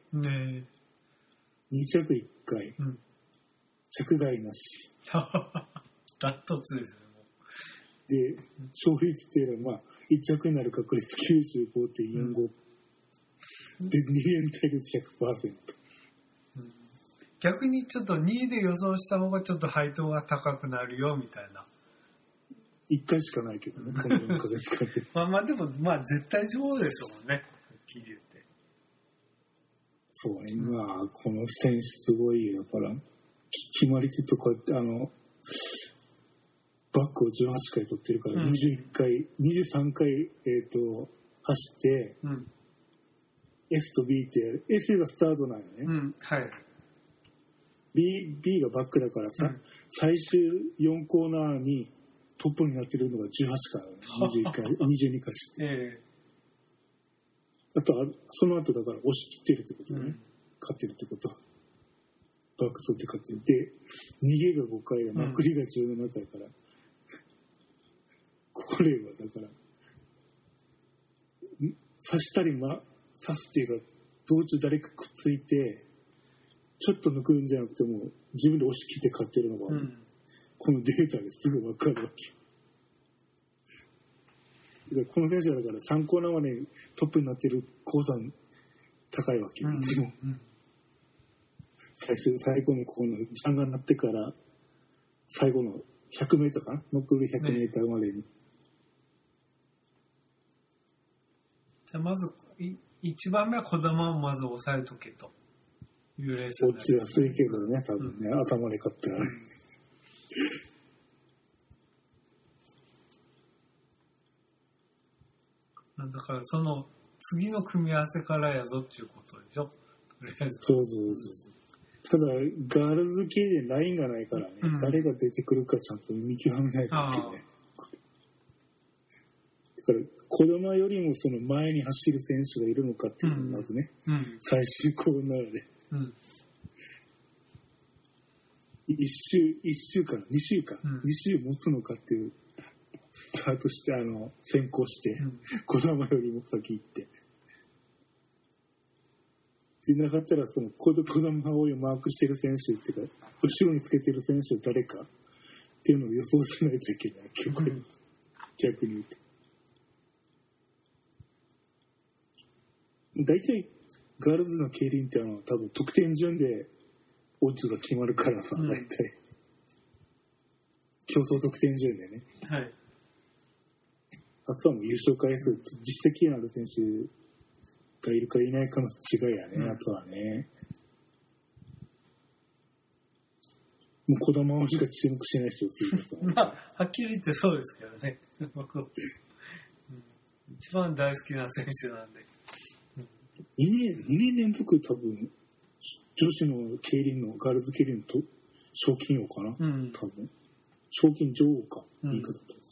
ねえ。に着いっかい。 うん、 着外なし。 ダントツですね。 で、勝率っていうのは、まあ、いっ着になる確率 きゅうじゅうごてんよんご、うん、でに連対率 ひゃくパーセント、 うん、逆にちょっとにいで予想した方がちょっと配当が高くなるよみたいな。 いっかいしかないけどね、このよんかげつかんで。 まあまあでも、まあ絶対女王ですもんね、はっきり言って。 そうね、まあ、この選手すごいよ。だから、決まり手とか、あの、バックをじゅうはちかい取ってるから、にじゅういっかい、にじゅうさんかい、えっと、走って、うん、S と B ってやる。S がスタートなんよね。 うん、はい。 B、B がバックだからさ、うん、最終よんコーナーにトップになってるのがじゅうはちかい、にじゅういっかい、にじゅうにかいして。えー、あとは、その後だから押し切ってるってことだね。うん、勝ってるってこと。バック取って勝ってる。で、逃げがごかいで、まくりがじゅうななかいから、うん、これはだから、刺したり、ま、刺すっていうか、道中誰かくっついて、ちょっと抜くんじゃなくても、自分で押し切って勝ってるのが、うん、このデータですぐ分かるわけ。この選手はだからさんコーナーまでトップになってる高算高いわけ、いつも。うんうん、最初、最後のこの時間がなってから、最後のひゃくメートルかな、残りひゃくメートルまでに。ね、 じゃあまず、いちばんめは児玉をまず押さえとけというレースになりますね。 こっちは安いけどね、多分ね、うん、頭で勝ったらね。 だからその次の組み合わせからやぞっていうことでしょ、とりあえず。 そうそうそう。ただ、ガールズ系でラインがないからね、うん、誰が出てくるかちゃんと見極めないといけない。だから、児玉よりもその前に走る選手がいるのかっていうのがまずね、うんうん、最終コーナーで。うん、一周、一周かな、二周か、うん、二周持つのかっていう、スタートして、あの、先行して、児玉よりも先行って。でなかったら、その、児玉をマークしてる選手っていうか、後ろにつけてる選手は誰かっていうのを予想しないといけない。逆に、うん、逆に言うと。大体、ガールズの競輪ってあの、多分得点順でオッズが決まるからさ、うん、大体。競争得点順でね。はい。あとはもう優勝回数、実績のある選手がいるかいないかの違いやね、うん、あとはね。もう児玉しか注目しない人をするからまあ、はっきり言ってそうですけどね。僕、うん、一番大好きな選手なんで。 にねん、にねん連続多分、女子の競輪の、ガールズ競輪のと賞金王かな、うん、多分。賞金女王か、言い方だったんです。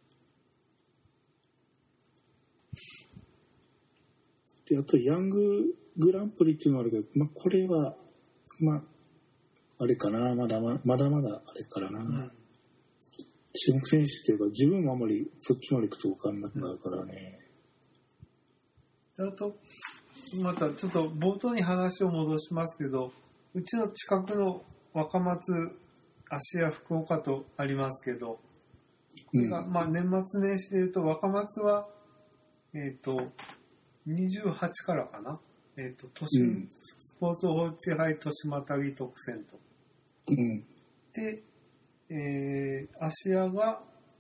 で、あと、ヤンググランプリっていうのがあるけど、まあ、これは、まあ、あれかな、まだままだまだあれからな。うん、注目選手っていうか、自分もあんまりそっちまで行くと分かんなくなるからね。 うん、あと、またちょっと冒頭に話を戻しますけど、うちの近くの若松、芦屋、福岡とありますけど、これが、うん、まあ年末年始でいうと、若松は、えっと、にじゅうはちからかな、えっと、都心、うん、スポーツ報知杯豊島旅特選と。うん、で、えー、芦屋が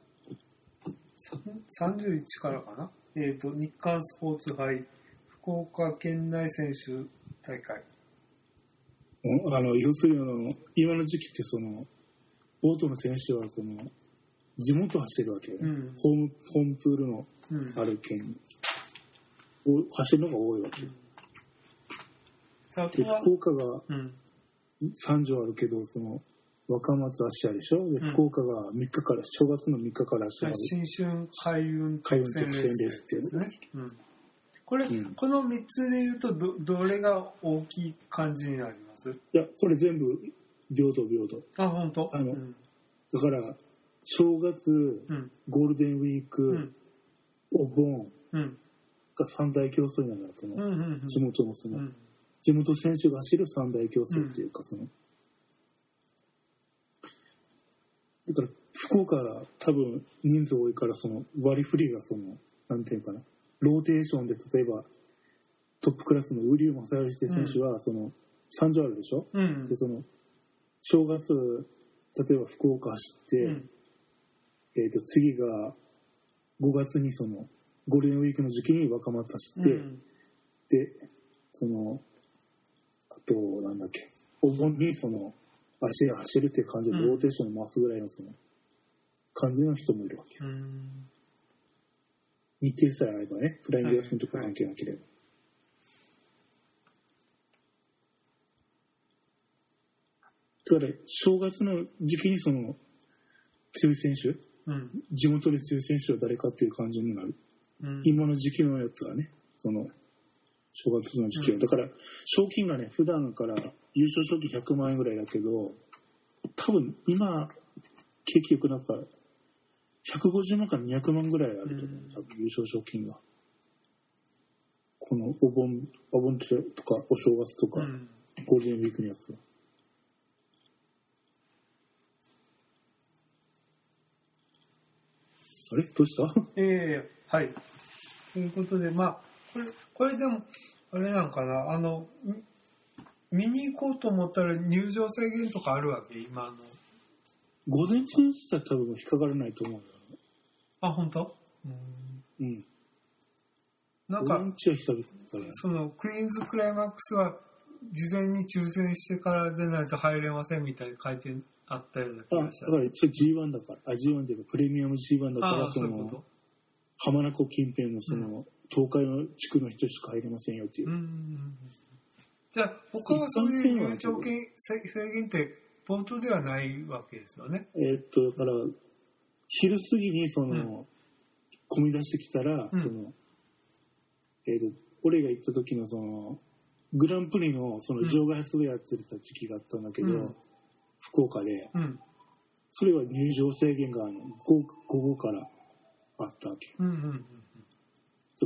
さんじゅういちからかな、えっと、日韓スポーツ杯福岡県内選手大会。 あの要するに今の時期ってそのボートの選手はその地元走るわけよね、うん、ホームホームプールのある県を走るのが多いわけよ、うん、で福岡がさんじょうあるけど、その若松芦屋でしょ、で福岡がみっかから正月のみっかから始まる、 新春海運特選レースっていうね、うん、 これ、うん、このみっつでいうと ど, どれが大きい感じになります？いや、これ全部平等平等。 あ、本当？ あの、うん、だから正月、うん、ゴールデンウィーク、うん、お盆が三大競争になるわけね、うんうんうん、地元のその、うん、 地元選手が走る三大競争っていうか、その、だから福岡は多分人数多いから、その割り振りがその、なんていうかな、ローテーションで例えばトップクラスの瓜生正義って選手はその三条あるでしょ、 うん、 でその正月例えば福岡走って、うん、えーと次がごがつにそのゴールデンウィークの時期に若松走って、うん、でそのあとなんだっけお盆にその足が走るっていう感じでローテーションを回すぐらいのその感じの人もいるわけよ、うん、日程さえ合えばね、フライング休みとか関係なければ、はいはい、だから正月の時期にその強い選手、うん、地元で強い選手は誰かっていう感じになる、うん、今の時期のやつはね、その正月の時期は、うん、だから賞金がね普段から優勝賞金ひゃくまんえんぐらいだけど、多分今景気良くなったらひゃくごじゅうまんからにひゃくまんぐらいあると思う、うん、優勝賞金がこのお盆お盆とかお正月とか、うん、ゴールデンウィークのやつは。あれどうした？ ええー、はい。ということで、まあ、これ、これでも、あれなんかな、あの、見に行こうと思ったら入場制限とかあるわけ今の。 午前中にしたら多分引っかからないと思うよ。 あ、本当？ うん。うん。 なんか、 午前中は引っかからない。 その、クイーンズクライマックスは、事前に抽選してからでないと入れませんみたいに書いてあったような気がした。 あ、だからそれ ジーワン だから、あ、ジーワン っていうかプレミアム ジーワン だから、その、そういうこと？浜名湖近辺のその、うん、東海の地区の人しか入れませんよっていう。うん。 じゃあ、他はそういう入場制限って冒頭ではないわけですよね。 えー、っと、だから、昼過ぎにその、うん、混み出してきたら、うん、その、えー、っと、俺が行った時のその、グランプリのその場外発売やってた時期があったんだけど、うん、福岡で、うん、それは入場制限があの午後からあったわけ。うんうんうん、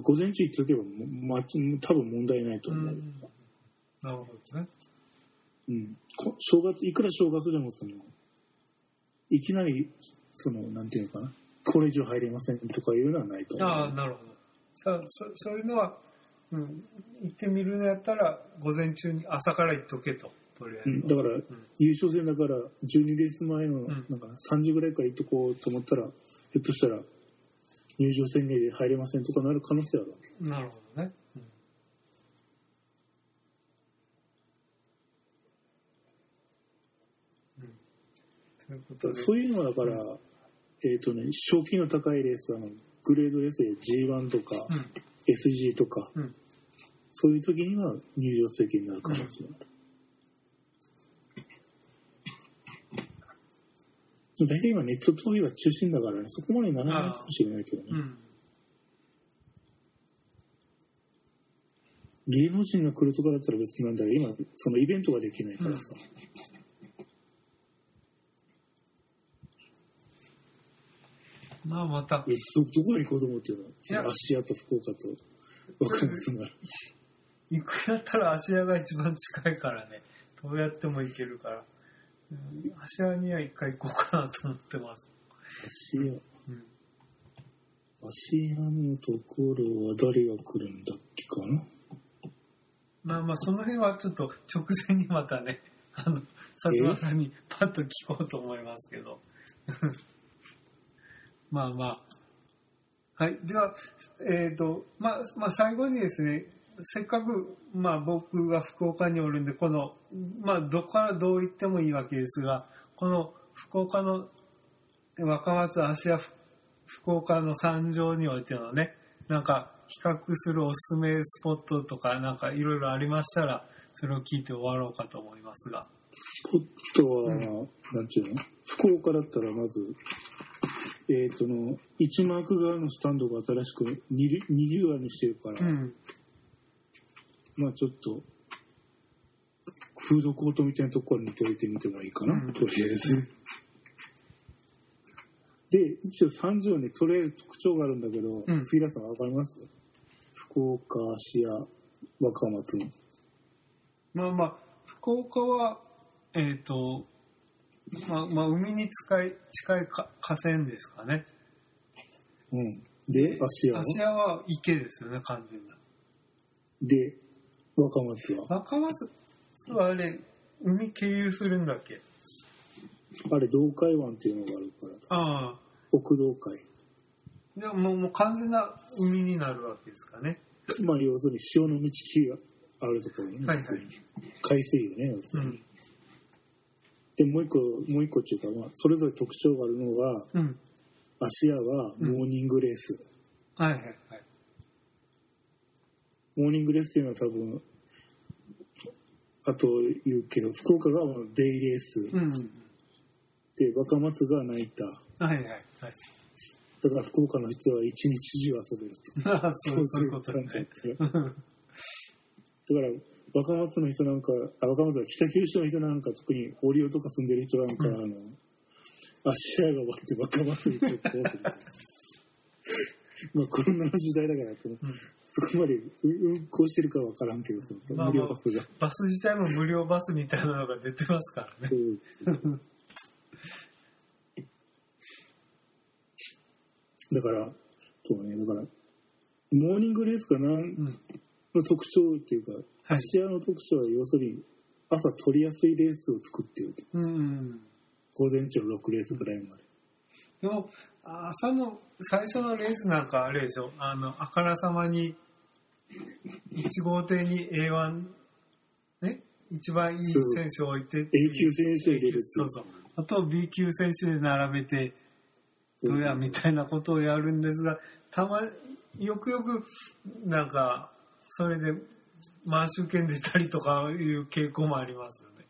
午前中行っておけば、ま、多分問題ないと思う。うん、 なるほどですね。 うん。正月、いくら正月でもその、いきなり、その、なんていうのかな、これ以上入れませんとかいうのはないと思う。 ああ、なるほど。あそそういうのは、うん、行ってみるのやったら午前中に朝から行っとけと、とりあえず、 うん、だから、うん、優勝戦だからじゅうにレース前のなんかさんじぐらいから行っとこうと思ったら、ひょっとしたら入場宣言で入れませんとかなる可能性あるわけ。 なるほどね、うんうん、ということでそういうのはだから、うん、えっ、ー、とね、賞金の高いレースはあのグレードレースで ジーワン とか、うん、エスジー とか、うん、そういう時には入場制限になる可能性がある、うん、大体今ネット投票が中心だからね、そこまでならないかもしれないけどね、うん、芸能人が来るとかだったら別なんだけど、今そのイベントができないからさ、 うん、まあまたえ ど, どこに行こうと思ってるの？芦屋と福岡と若松が行くやったら芦屋が一番近いからね、どうやっても行けるから、うん、芦屋には一回行こうかなと思ってます。 芦屋、うん、芦屋のところは誰が来るんだっけかな。 まあまあその辺はちょっと直前にまたね、あの薩摩さんにパッと聞こうと思いますけどまあまあはい。では、えっ、ー、と、まあ、まあ、最後にですね、せっかく、まあ、僕が福岡におるんで、この、まあ、どこからどう行ってもいいわけですが、この福岡の若松芦屋福岡の三条においてのね、なんか、比較するおすすめスポットとか、なんかいろいろありましたら、それを聞いて終わろうかと思いますが。 スポットは、うん、なんていうの？福岡だったらまず、えーとのいちマーク側のスタンドが新しくにリニューアルにしてるから、うん、まあちょっとフードコートみたいなところに出てみてもいいかな、うん、とりあえずで一応三条にそれ特徴があるんだけど、うん、杉田さんわかります？福岡芦屋若松のまあまあ、福岡は、えっと、まあまあ、海に近い、近いか河川ですかね。 うん。で、芦屋は芦屋は池ですよね、完全な。 で、若松は若松はあれ、海経由するんだっけ？ あれ、洞海湾っていうのがあるから。 ああ。 奥洞海。 でももう、もう完全な海になるわけですかね。 まあ、要するに潮の満ち木があるところに、ね、 はいはい。 海水よね、要するに。 うん、 で、もう一個、もう一個っていうか、まあ、それぞれ特徴があるのが、うん、芦屋はモーニングレース、 うん。はいはいはい。 モーニングレースっていうのは多分、あと言うけど、福岡がデイレース。うん、で、若松がナイター。 はいはいはい。 だから福岡の人は一日中遊べると。 ああ、そうそういうことね。 だから、若松の人なんか、あ、若松は北九州の人なんか、特に堀尾とか住んでる人なんか、うん、あの、芦屋が終わって若松に直行する。まあ、コロナの時代だからって、うん、そこまで運行してるかわからんけど、その無料バスが、まあまあ。バス自体も無料バスみたいなのが出てますからね。うんだから、そうね、だから、モーニングレースかな、うん、の特徴っていうか、はい、芦屋の特徴は要するに、朝取りやすいレースを作っていると。うん、午前中ろくレースぐらいまで。 でも、朝の最初のレースなんかあれでしょ、あの、あからさまに、いち号艇に エーワン、ね、一番いい選手を置いて、 A 級選手を入れるって。 そうそう。あと B 級選手で並べて、どうやみたいなことをやるんですが、たまよくよくなんかそれで満州圏出たりとかいう傾向もありますよね。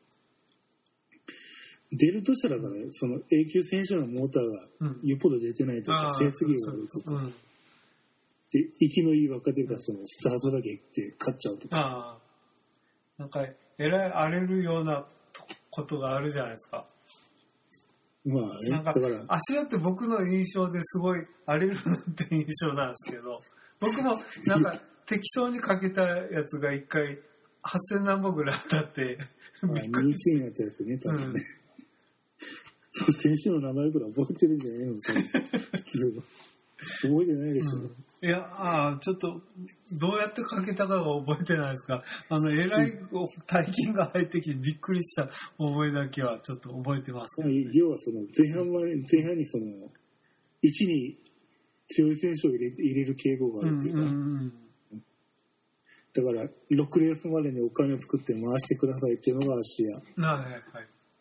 出るとしたらから、ね、その A 級選手のモーターがよっぽど出てないとか、成績が悪いとか、うん、で生きのいい若手がそのスタートだけ行って勝っちゃうとか。あなんかえらい荒れるようなことがあるじゃないですか。 まあね、 なんか、芦屋って僕の印象ですごい荒れるなって印象なんですけど、僕もなんか適当にかけたやつが一回はっせん何本ぐらい当たって、 びっくりして。にやったやつね、多分ね。うん、選手の名前ぐらい覚えてるんじゃないのか覚えてないでしょ。うんいや、ああ、ちょっと、どうやってかけたかが覚えてないですか。あの、えらい大金が入ってきてびっくりした覚えだけはちょっと覚えてますけど、ね。 要はその、前半まで、前半にその、いちに強い選手を入れ入れる傾向があるっていうか、うんうんうん、だから、ろくレースまでにお金を作って回してくださいっていうのが芦屋。 はいはい。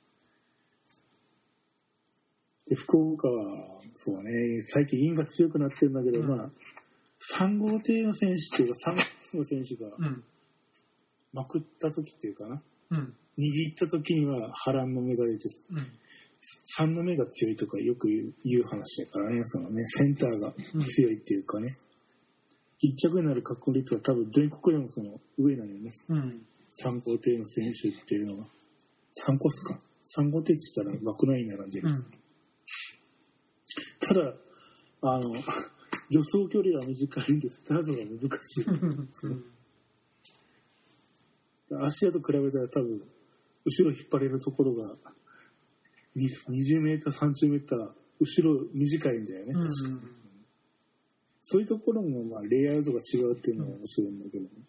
で、福岡は、そうね、最近因が強くなってるんだけど、うん、まあ、さん号艇の選手っていうかさんつの選手がまくった時っていうかな、うん、握った時には波乱の目が出て、うん、さんの目が強いとかよく言う、言う話だからね、そのね、センターが強いっていうかね、うん、いっ着になる確率は多分全国でもその上なんよね、うん、さん号艇の選手っていうのはさんコスかさん号艇って言ったら枠内に並んでる、うん、ただあの助走距離が短いんでスタートが難しい。足跡比べたら多分後ろ引っ張れるところがにじゅうメーターさんじゅうメーター後ろ短いんだよね、確かに。うん、そういうところもまあレイアウトが違うっていうのが面白いんだけど、ね、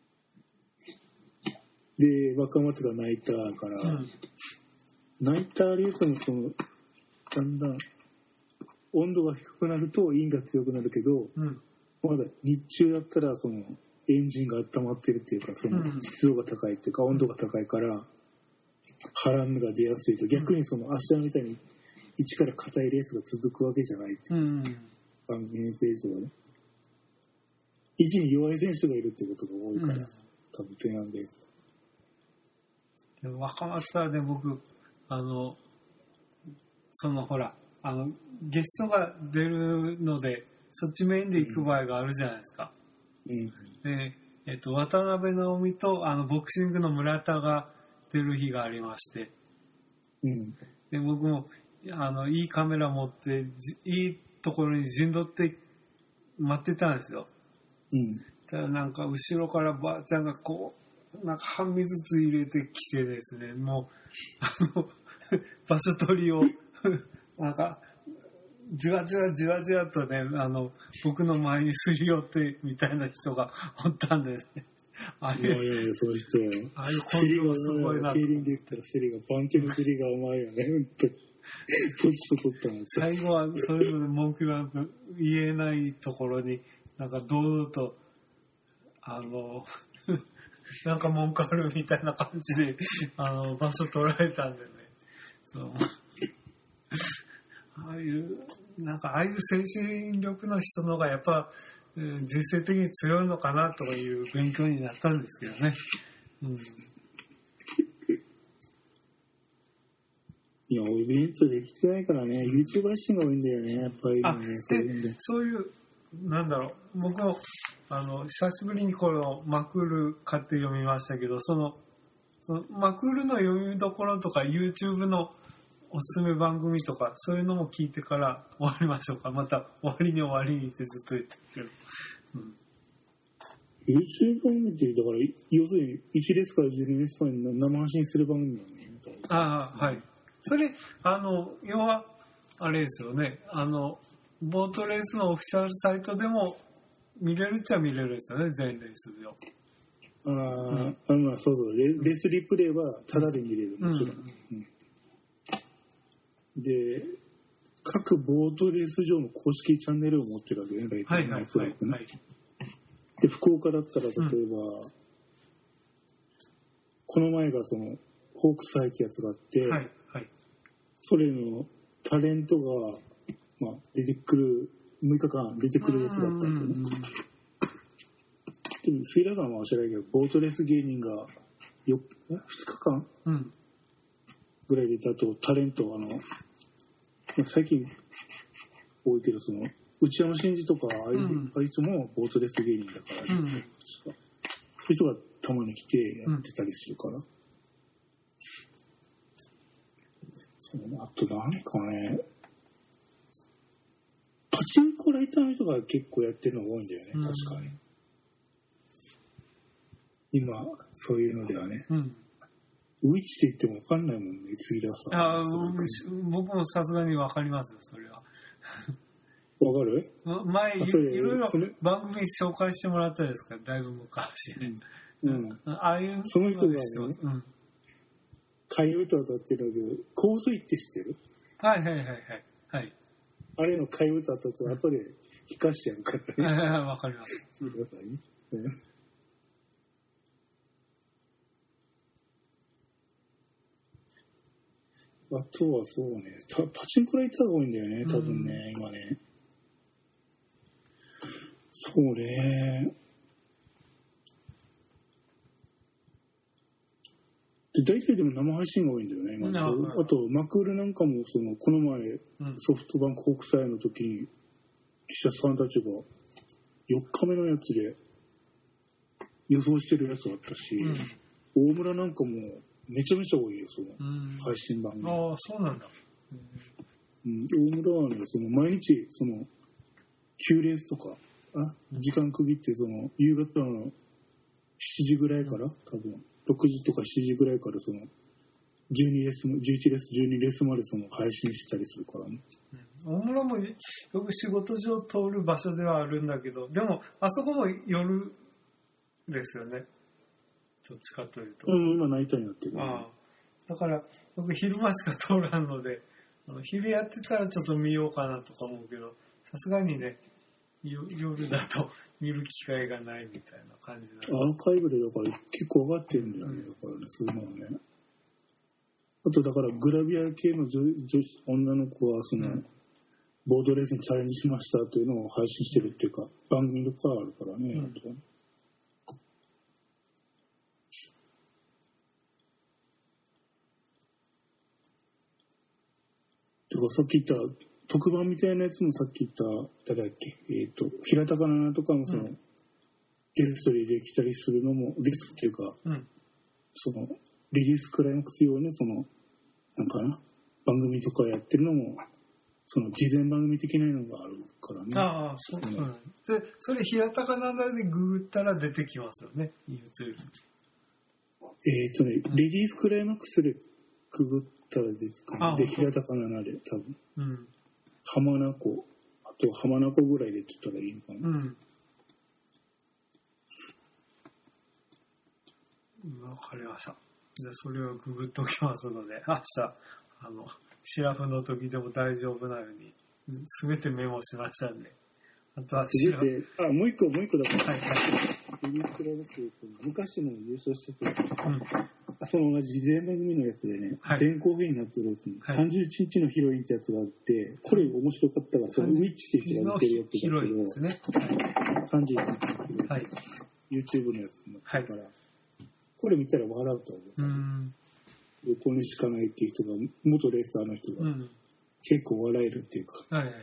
で若松がナイターから、うん、ナイターレースもそのだんだん温度が低くなると陰が強くなるけど、うん、まだ日中だったらそのエンジンが温まってるっていうか、その湿度が高いっていうか、温度が高いから波乱が出やすいと、逆にその芦屋みたいに一から硬いレースが続くわけじゃないっていう、うん、番組選手はね、一に弱い選手がいるっていうことが多いから、うん、多分前半レースでも若松はね、僕あのそのほらあのゲストが出るのでそっちメインで行く場合があるじゃないですか、うん、で、えっと、渡辺直美とあのボクシングの村田が出る日がありまして、うん、で僕もあのいいカメラ持っていいところに陣取って待ってたんですよ、うん、ただなんか後ろからばあちゃんがこなんか半身ずつ入れてきてですね、もう、あの、場所取りを、なんか、じわじわじわじわとね、あの、僕の前にすり寄ってみたいな人がおったんですね。あれ、 いやいやいや、その人は。 ああいうコントロールすごいなと。 競輪で言ったらセリが、番手のセリがうまいよね、ほんとに。ポジション取ったの最後はそれぞれ文句が言えないところに、なんか堂々と、あの、なんか文句あるみたいな感じで、あの、場所取られたんでね。そう。ああいう、なんかああいう精神力の人の方がやっぱ、うん、人生的に強いのかなという勉強になったんですけどね。うん、 いや、イベントできてないからね、YouTube 配信が多いんだよね、やっぱり、ね。 あ、で、そういう、なんだろう、僕も、あの、久しぶりにこのマクール買って読みましたけど、その、そのマクールの読みどころとか YouTube のおすすめ番組とかそういうのも聞いてから終わりましょうか。また終わりに終わりにってずっと言ってるけど、うん、 YouTube 番組ってだから要するにいちレースからじゅうにレース間に生配信する番組なのね。 ああ、はい。それあの要はあれですよね、あのボートレースのオフィシャルサイトでも見れるっちゃ見れるですよね、全レースで。 あ、うん、あ、まあそうそう、レ、レースリプレイはタダで見れる、もちろん。うんうん、で、各ボートレース場の公式チャンネルを持ってるわけね、大体。 はいはいはい、はい。 で、福岡だったら例えば、うん、この前がその、ホークスハイってやつがあって、はいはい、それのタレントが、まあ、出てくる、むいかかん出てくるやつだったんだよね。でも、フィーラーガンは知らないけど、ボートレース芸人がよふつかかん、うん、ぐらい出たと、タレント、あの、最近多いけど、その、内山真司とか、あい、うん、あいつもボートレース芸人だから、ね、うん、そういう人がたまに来てやってたりするから。うん、そう、あと何かね、パチンコライターの人が結構やってるのが多いんだよね、確かに。うん、今、そういうのではね。うん、ウィッチって言っても分かんないもんね、杉田さん。 ああ、僕もさすがに分かりますよ、それは。 分かる？ 前、いろいろ番組紹介してもらったですから、だいぶ昔ね。うん。ああいうのその人がね、うん、替え歌歌ってるんだけど、香水って知ってる？ はいはいはいはい。はい、 あれの替え歌と後で弾かしちゃうからね。 はいはい、分かります。 杉田さんに。うん、あとはそうね、パチンコライターが多いんだよね、多分ね、うん、今ね。そうね。で、大体でも生配信が多いんだよね、今。あと、マクールなんかも、その、この前、うん、ソフトバンクホークス杯の時に、記者さんたちが、よっかめのやつで、予想してるやつがあったし、うん、大村なんかも、めちゃめちゃ多いよ、その配信番組。 ああ、そうなんだ。 うん、大村はね、その毎日、その、きゅうレースとか、あ、時間区切って、その、夕方のしちじぐらいから、多分、ろくじとかしちじぐらいから、その、じゅうにレース、じゅういちレース、じゅうにレースまでその配信したりするからね。 うん、大村もよく仕事上通る場所ではあるんだけど、でも、あそこも夜ですよね。どっちかというと。 うん、今ナイターになってる、ね。 ああ。だから、僕昼間しか通らんので、あの昼やってたらちょっと見ようかなとか思うけど、さすがにね、夜だと見る機会がないみたいな感じなんです。 アーカイブでだから結構上がってるんだよね、うん、だからね、そういうのはね。あとだからグラビア系の女女女の子はその、うん、ボードレースにチャレンジしましたというのを配信してるっていうか、番組とかあるからね。うん、てかさっき言った特番みたいなやつもさっき言った誰だっけ、えっ、ー、と平高菜とかもその、うん、ゲストでできたりするのもゲストっていうか、うん、そのリリースクライマックス用ね、そのなんかな番組とかやってるのもその事前番組的なのがあるからね。 ああ、そうそう、ね。でそれ平高菜でググったら出てきますよね、YouTube。 えっとね、うん、レディースクライマックスでくぐったらですかね。で、平高ななで、多分。うん。浜名湖、あと浜名湖ぐらいでって言ったらいいのかな。うん。 わかりました。じゃあ、それをググっときますので、明日、あの、シラフの時でも大丈夫なように、すべてメモしましたんで。あとはシラフ。あ、もう一個、もう一個だから。はいはい。昔も優勝してて、うん、その同じ全番組のやつでね、はい、前後編になってるやつに、はい、さんじゅういちにちのヒロインってやつがあって、これ面白かったから、そのウィッチっていう人が出てるやつだけど、ですね、さんじゅういちにちのヒロイン、はい、YouTube のやつになってるから、はい、これ見たら笑うと思う。うん、横にしかないっていう人が、元レーサーの人が、結構笑えるっていうか。はいはい、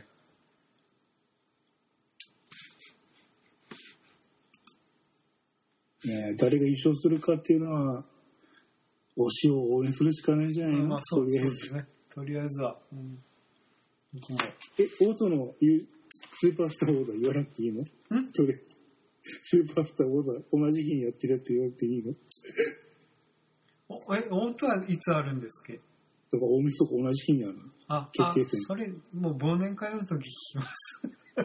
ね、誰が優勝するかっていうのは、推しを応援するしかないんじゃないの、まあ、そうですね。 とりあえずは。うん、 え、オートのスーパースターオーダー言わなくていいの？んそれ。スーパースターオーダー同じ日にやってるやつ言わなくていいの？ え、オートはいつあるんですっけ？だから大晦日同じ日にあるの。 あ、決定戦。あ、それ、もう忘年会の時聞きます。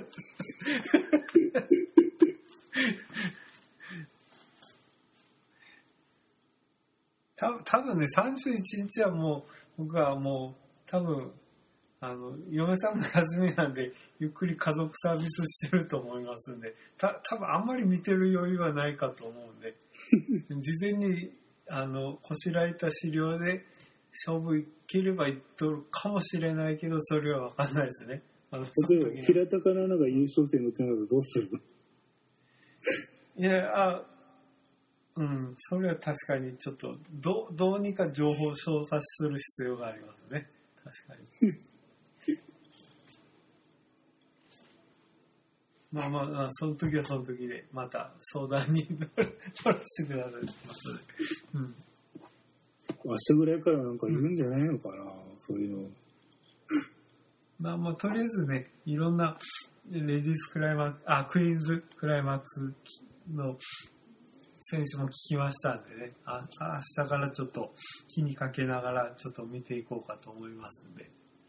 た多分ね、さんじゅういちにちはもう、僕はもう、多分、あの、嫁さんの休みなんで、ゆっくり家族サービスしてると思いますんで、た多分あんまり見てる余裕はないかと思うんで、事前に、あの、こしらえた資料で、勝負いければいっとるかもしれないけど、それは分かんないですね。あの例えば、平高奈々が優勝戦の手ならどうするの？ いや、あ、うん、それは確かにちょっとど、どうにか情報小冊する必要がありますね。確かに。まあまあ、まあ、その時はその時で、また相談に乗らせてください。うん。 明日ぐらいからなんか言うんじゃないのかな、うん、そういうの。 まあまあ、とりあえずね、いろんなレディースクライマックス、あ、クイーンズクライマックスの選手も聞きましたんでね、あ、明日からちょっと気にかけながらちょっと見ていこうかと思いますんで。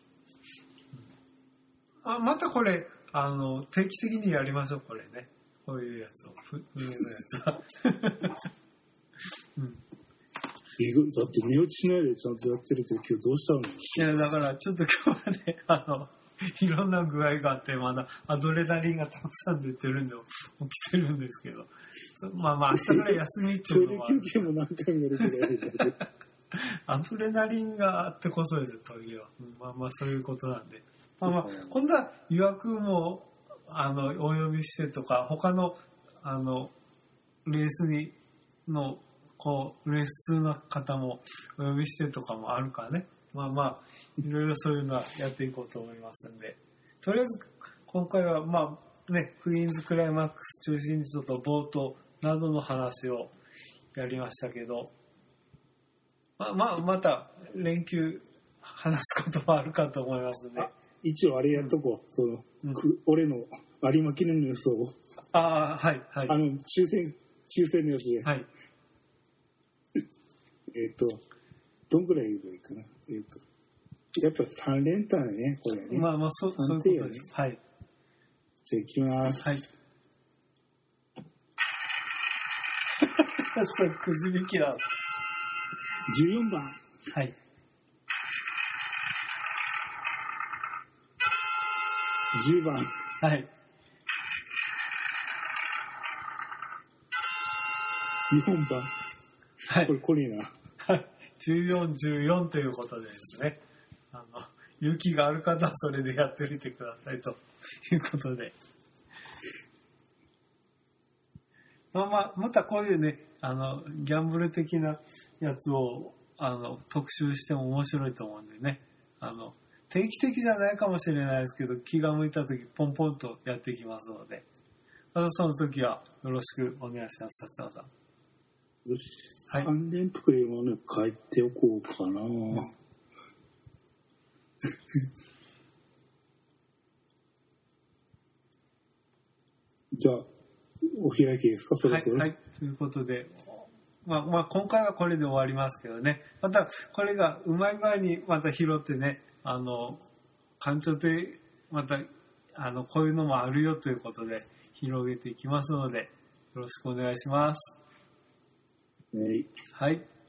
うん、あ、またこれ、あの、定期的にやりましょう、これね。こういうやつを、冬のやつは。うん。 だって寝落ちしないでちゃんとやってるって今日どうしたの？ いや、だからちょっと今日はね、あの、いろんな具合があって、まだアドレナリンがたくさん出てるんで起きてるんですけど、まあまあ明日から休みっていうのは。 トイレ休憩も何回もやるぐらいで。 アドレナリンがあってこそですよ、トイレは。まあまあそういうことなんで。まあまあ、今度は予約も、あの、お呼びしてとか、他の、あの、レースに、の、こう、レース通の方もお呼びしてとかもあるからね。まあまあ、いろいろそういうのはやっていこうと思いますんで。とりあえず、今回はまあね、クイーンズクライマックス中心にちょっと冒頭などの話をやりましたけど、まあまあ、また連休話すこともあるかと思いますんで。 一応あれやっとこう、うん、その、うん、俺の有馬記念の予想を。 ああ、はい、はい。 あの、抽選、抽選のやつで。はい。えっと、どんぐらい言えばいいかな。えっと、やっぱさん連単だね、これね。 まあまあ、そう、そういうことです。はい。 じゃあ行きます。はい。 そう、くじ引きだ。 じゅうよんばん。 はい。 じゅうばん。 はい。 よんばん。はい。これ、これいいな。 はい。じゅうよん、じゅうよんということでですね。あの、勇気がある方はそれでやってみてくださいということで。まあまあ、またこういうね、あの、ギャンブル的なやつを、あの、特集しても面白いと思うんでね。あの、定期的じゃないかもしれないですけど、気が向いたときポンポンとやっていきますので、またその時はよろしくお願いします、薩長さん。 よし、はい、さん連複で今ね、帰っておこうかな。じゃあ、お開きですか、そろそろ。 はい、はい、ということで、 まあ、まあ、今回はこれで終わりますけどね。また、これがうまい具合にまた拾ってね、あの、館長で、また、あの、こういうのもあるよということで、広げていきますので、よろしくお願いします。 はい。 はい。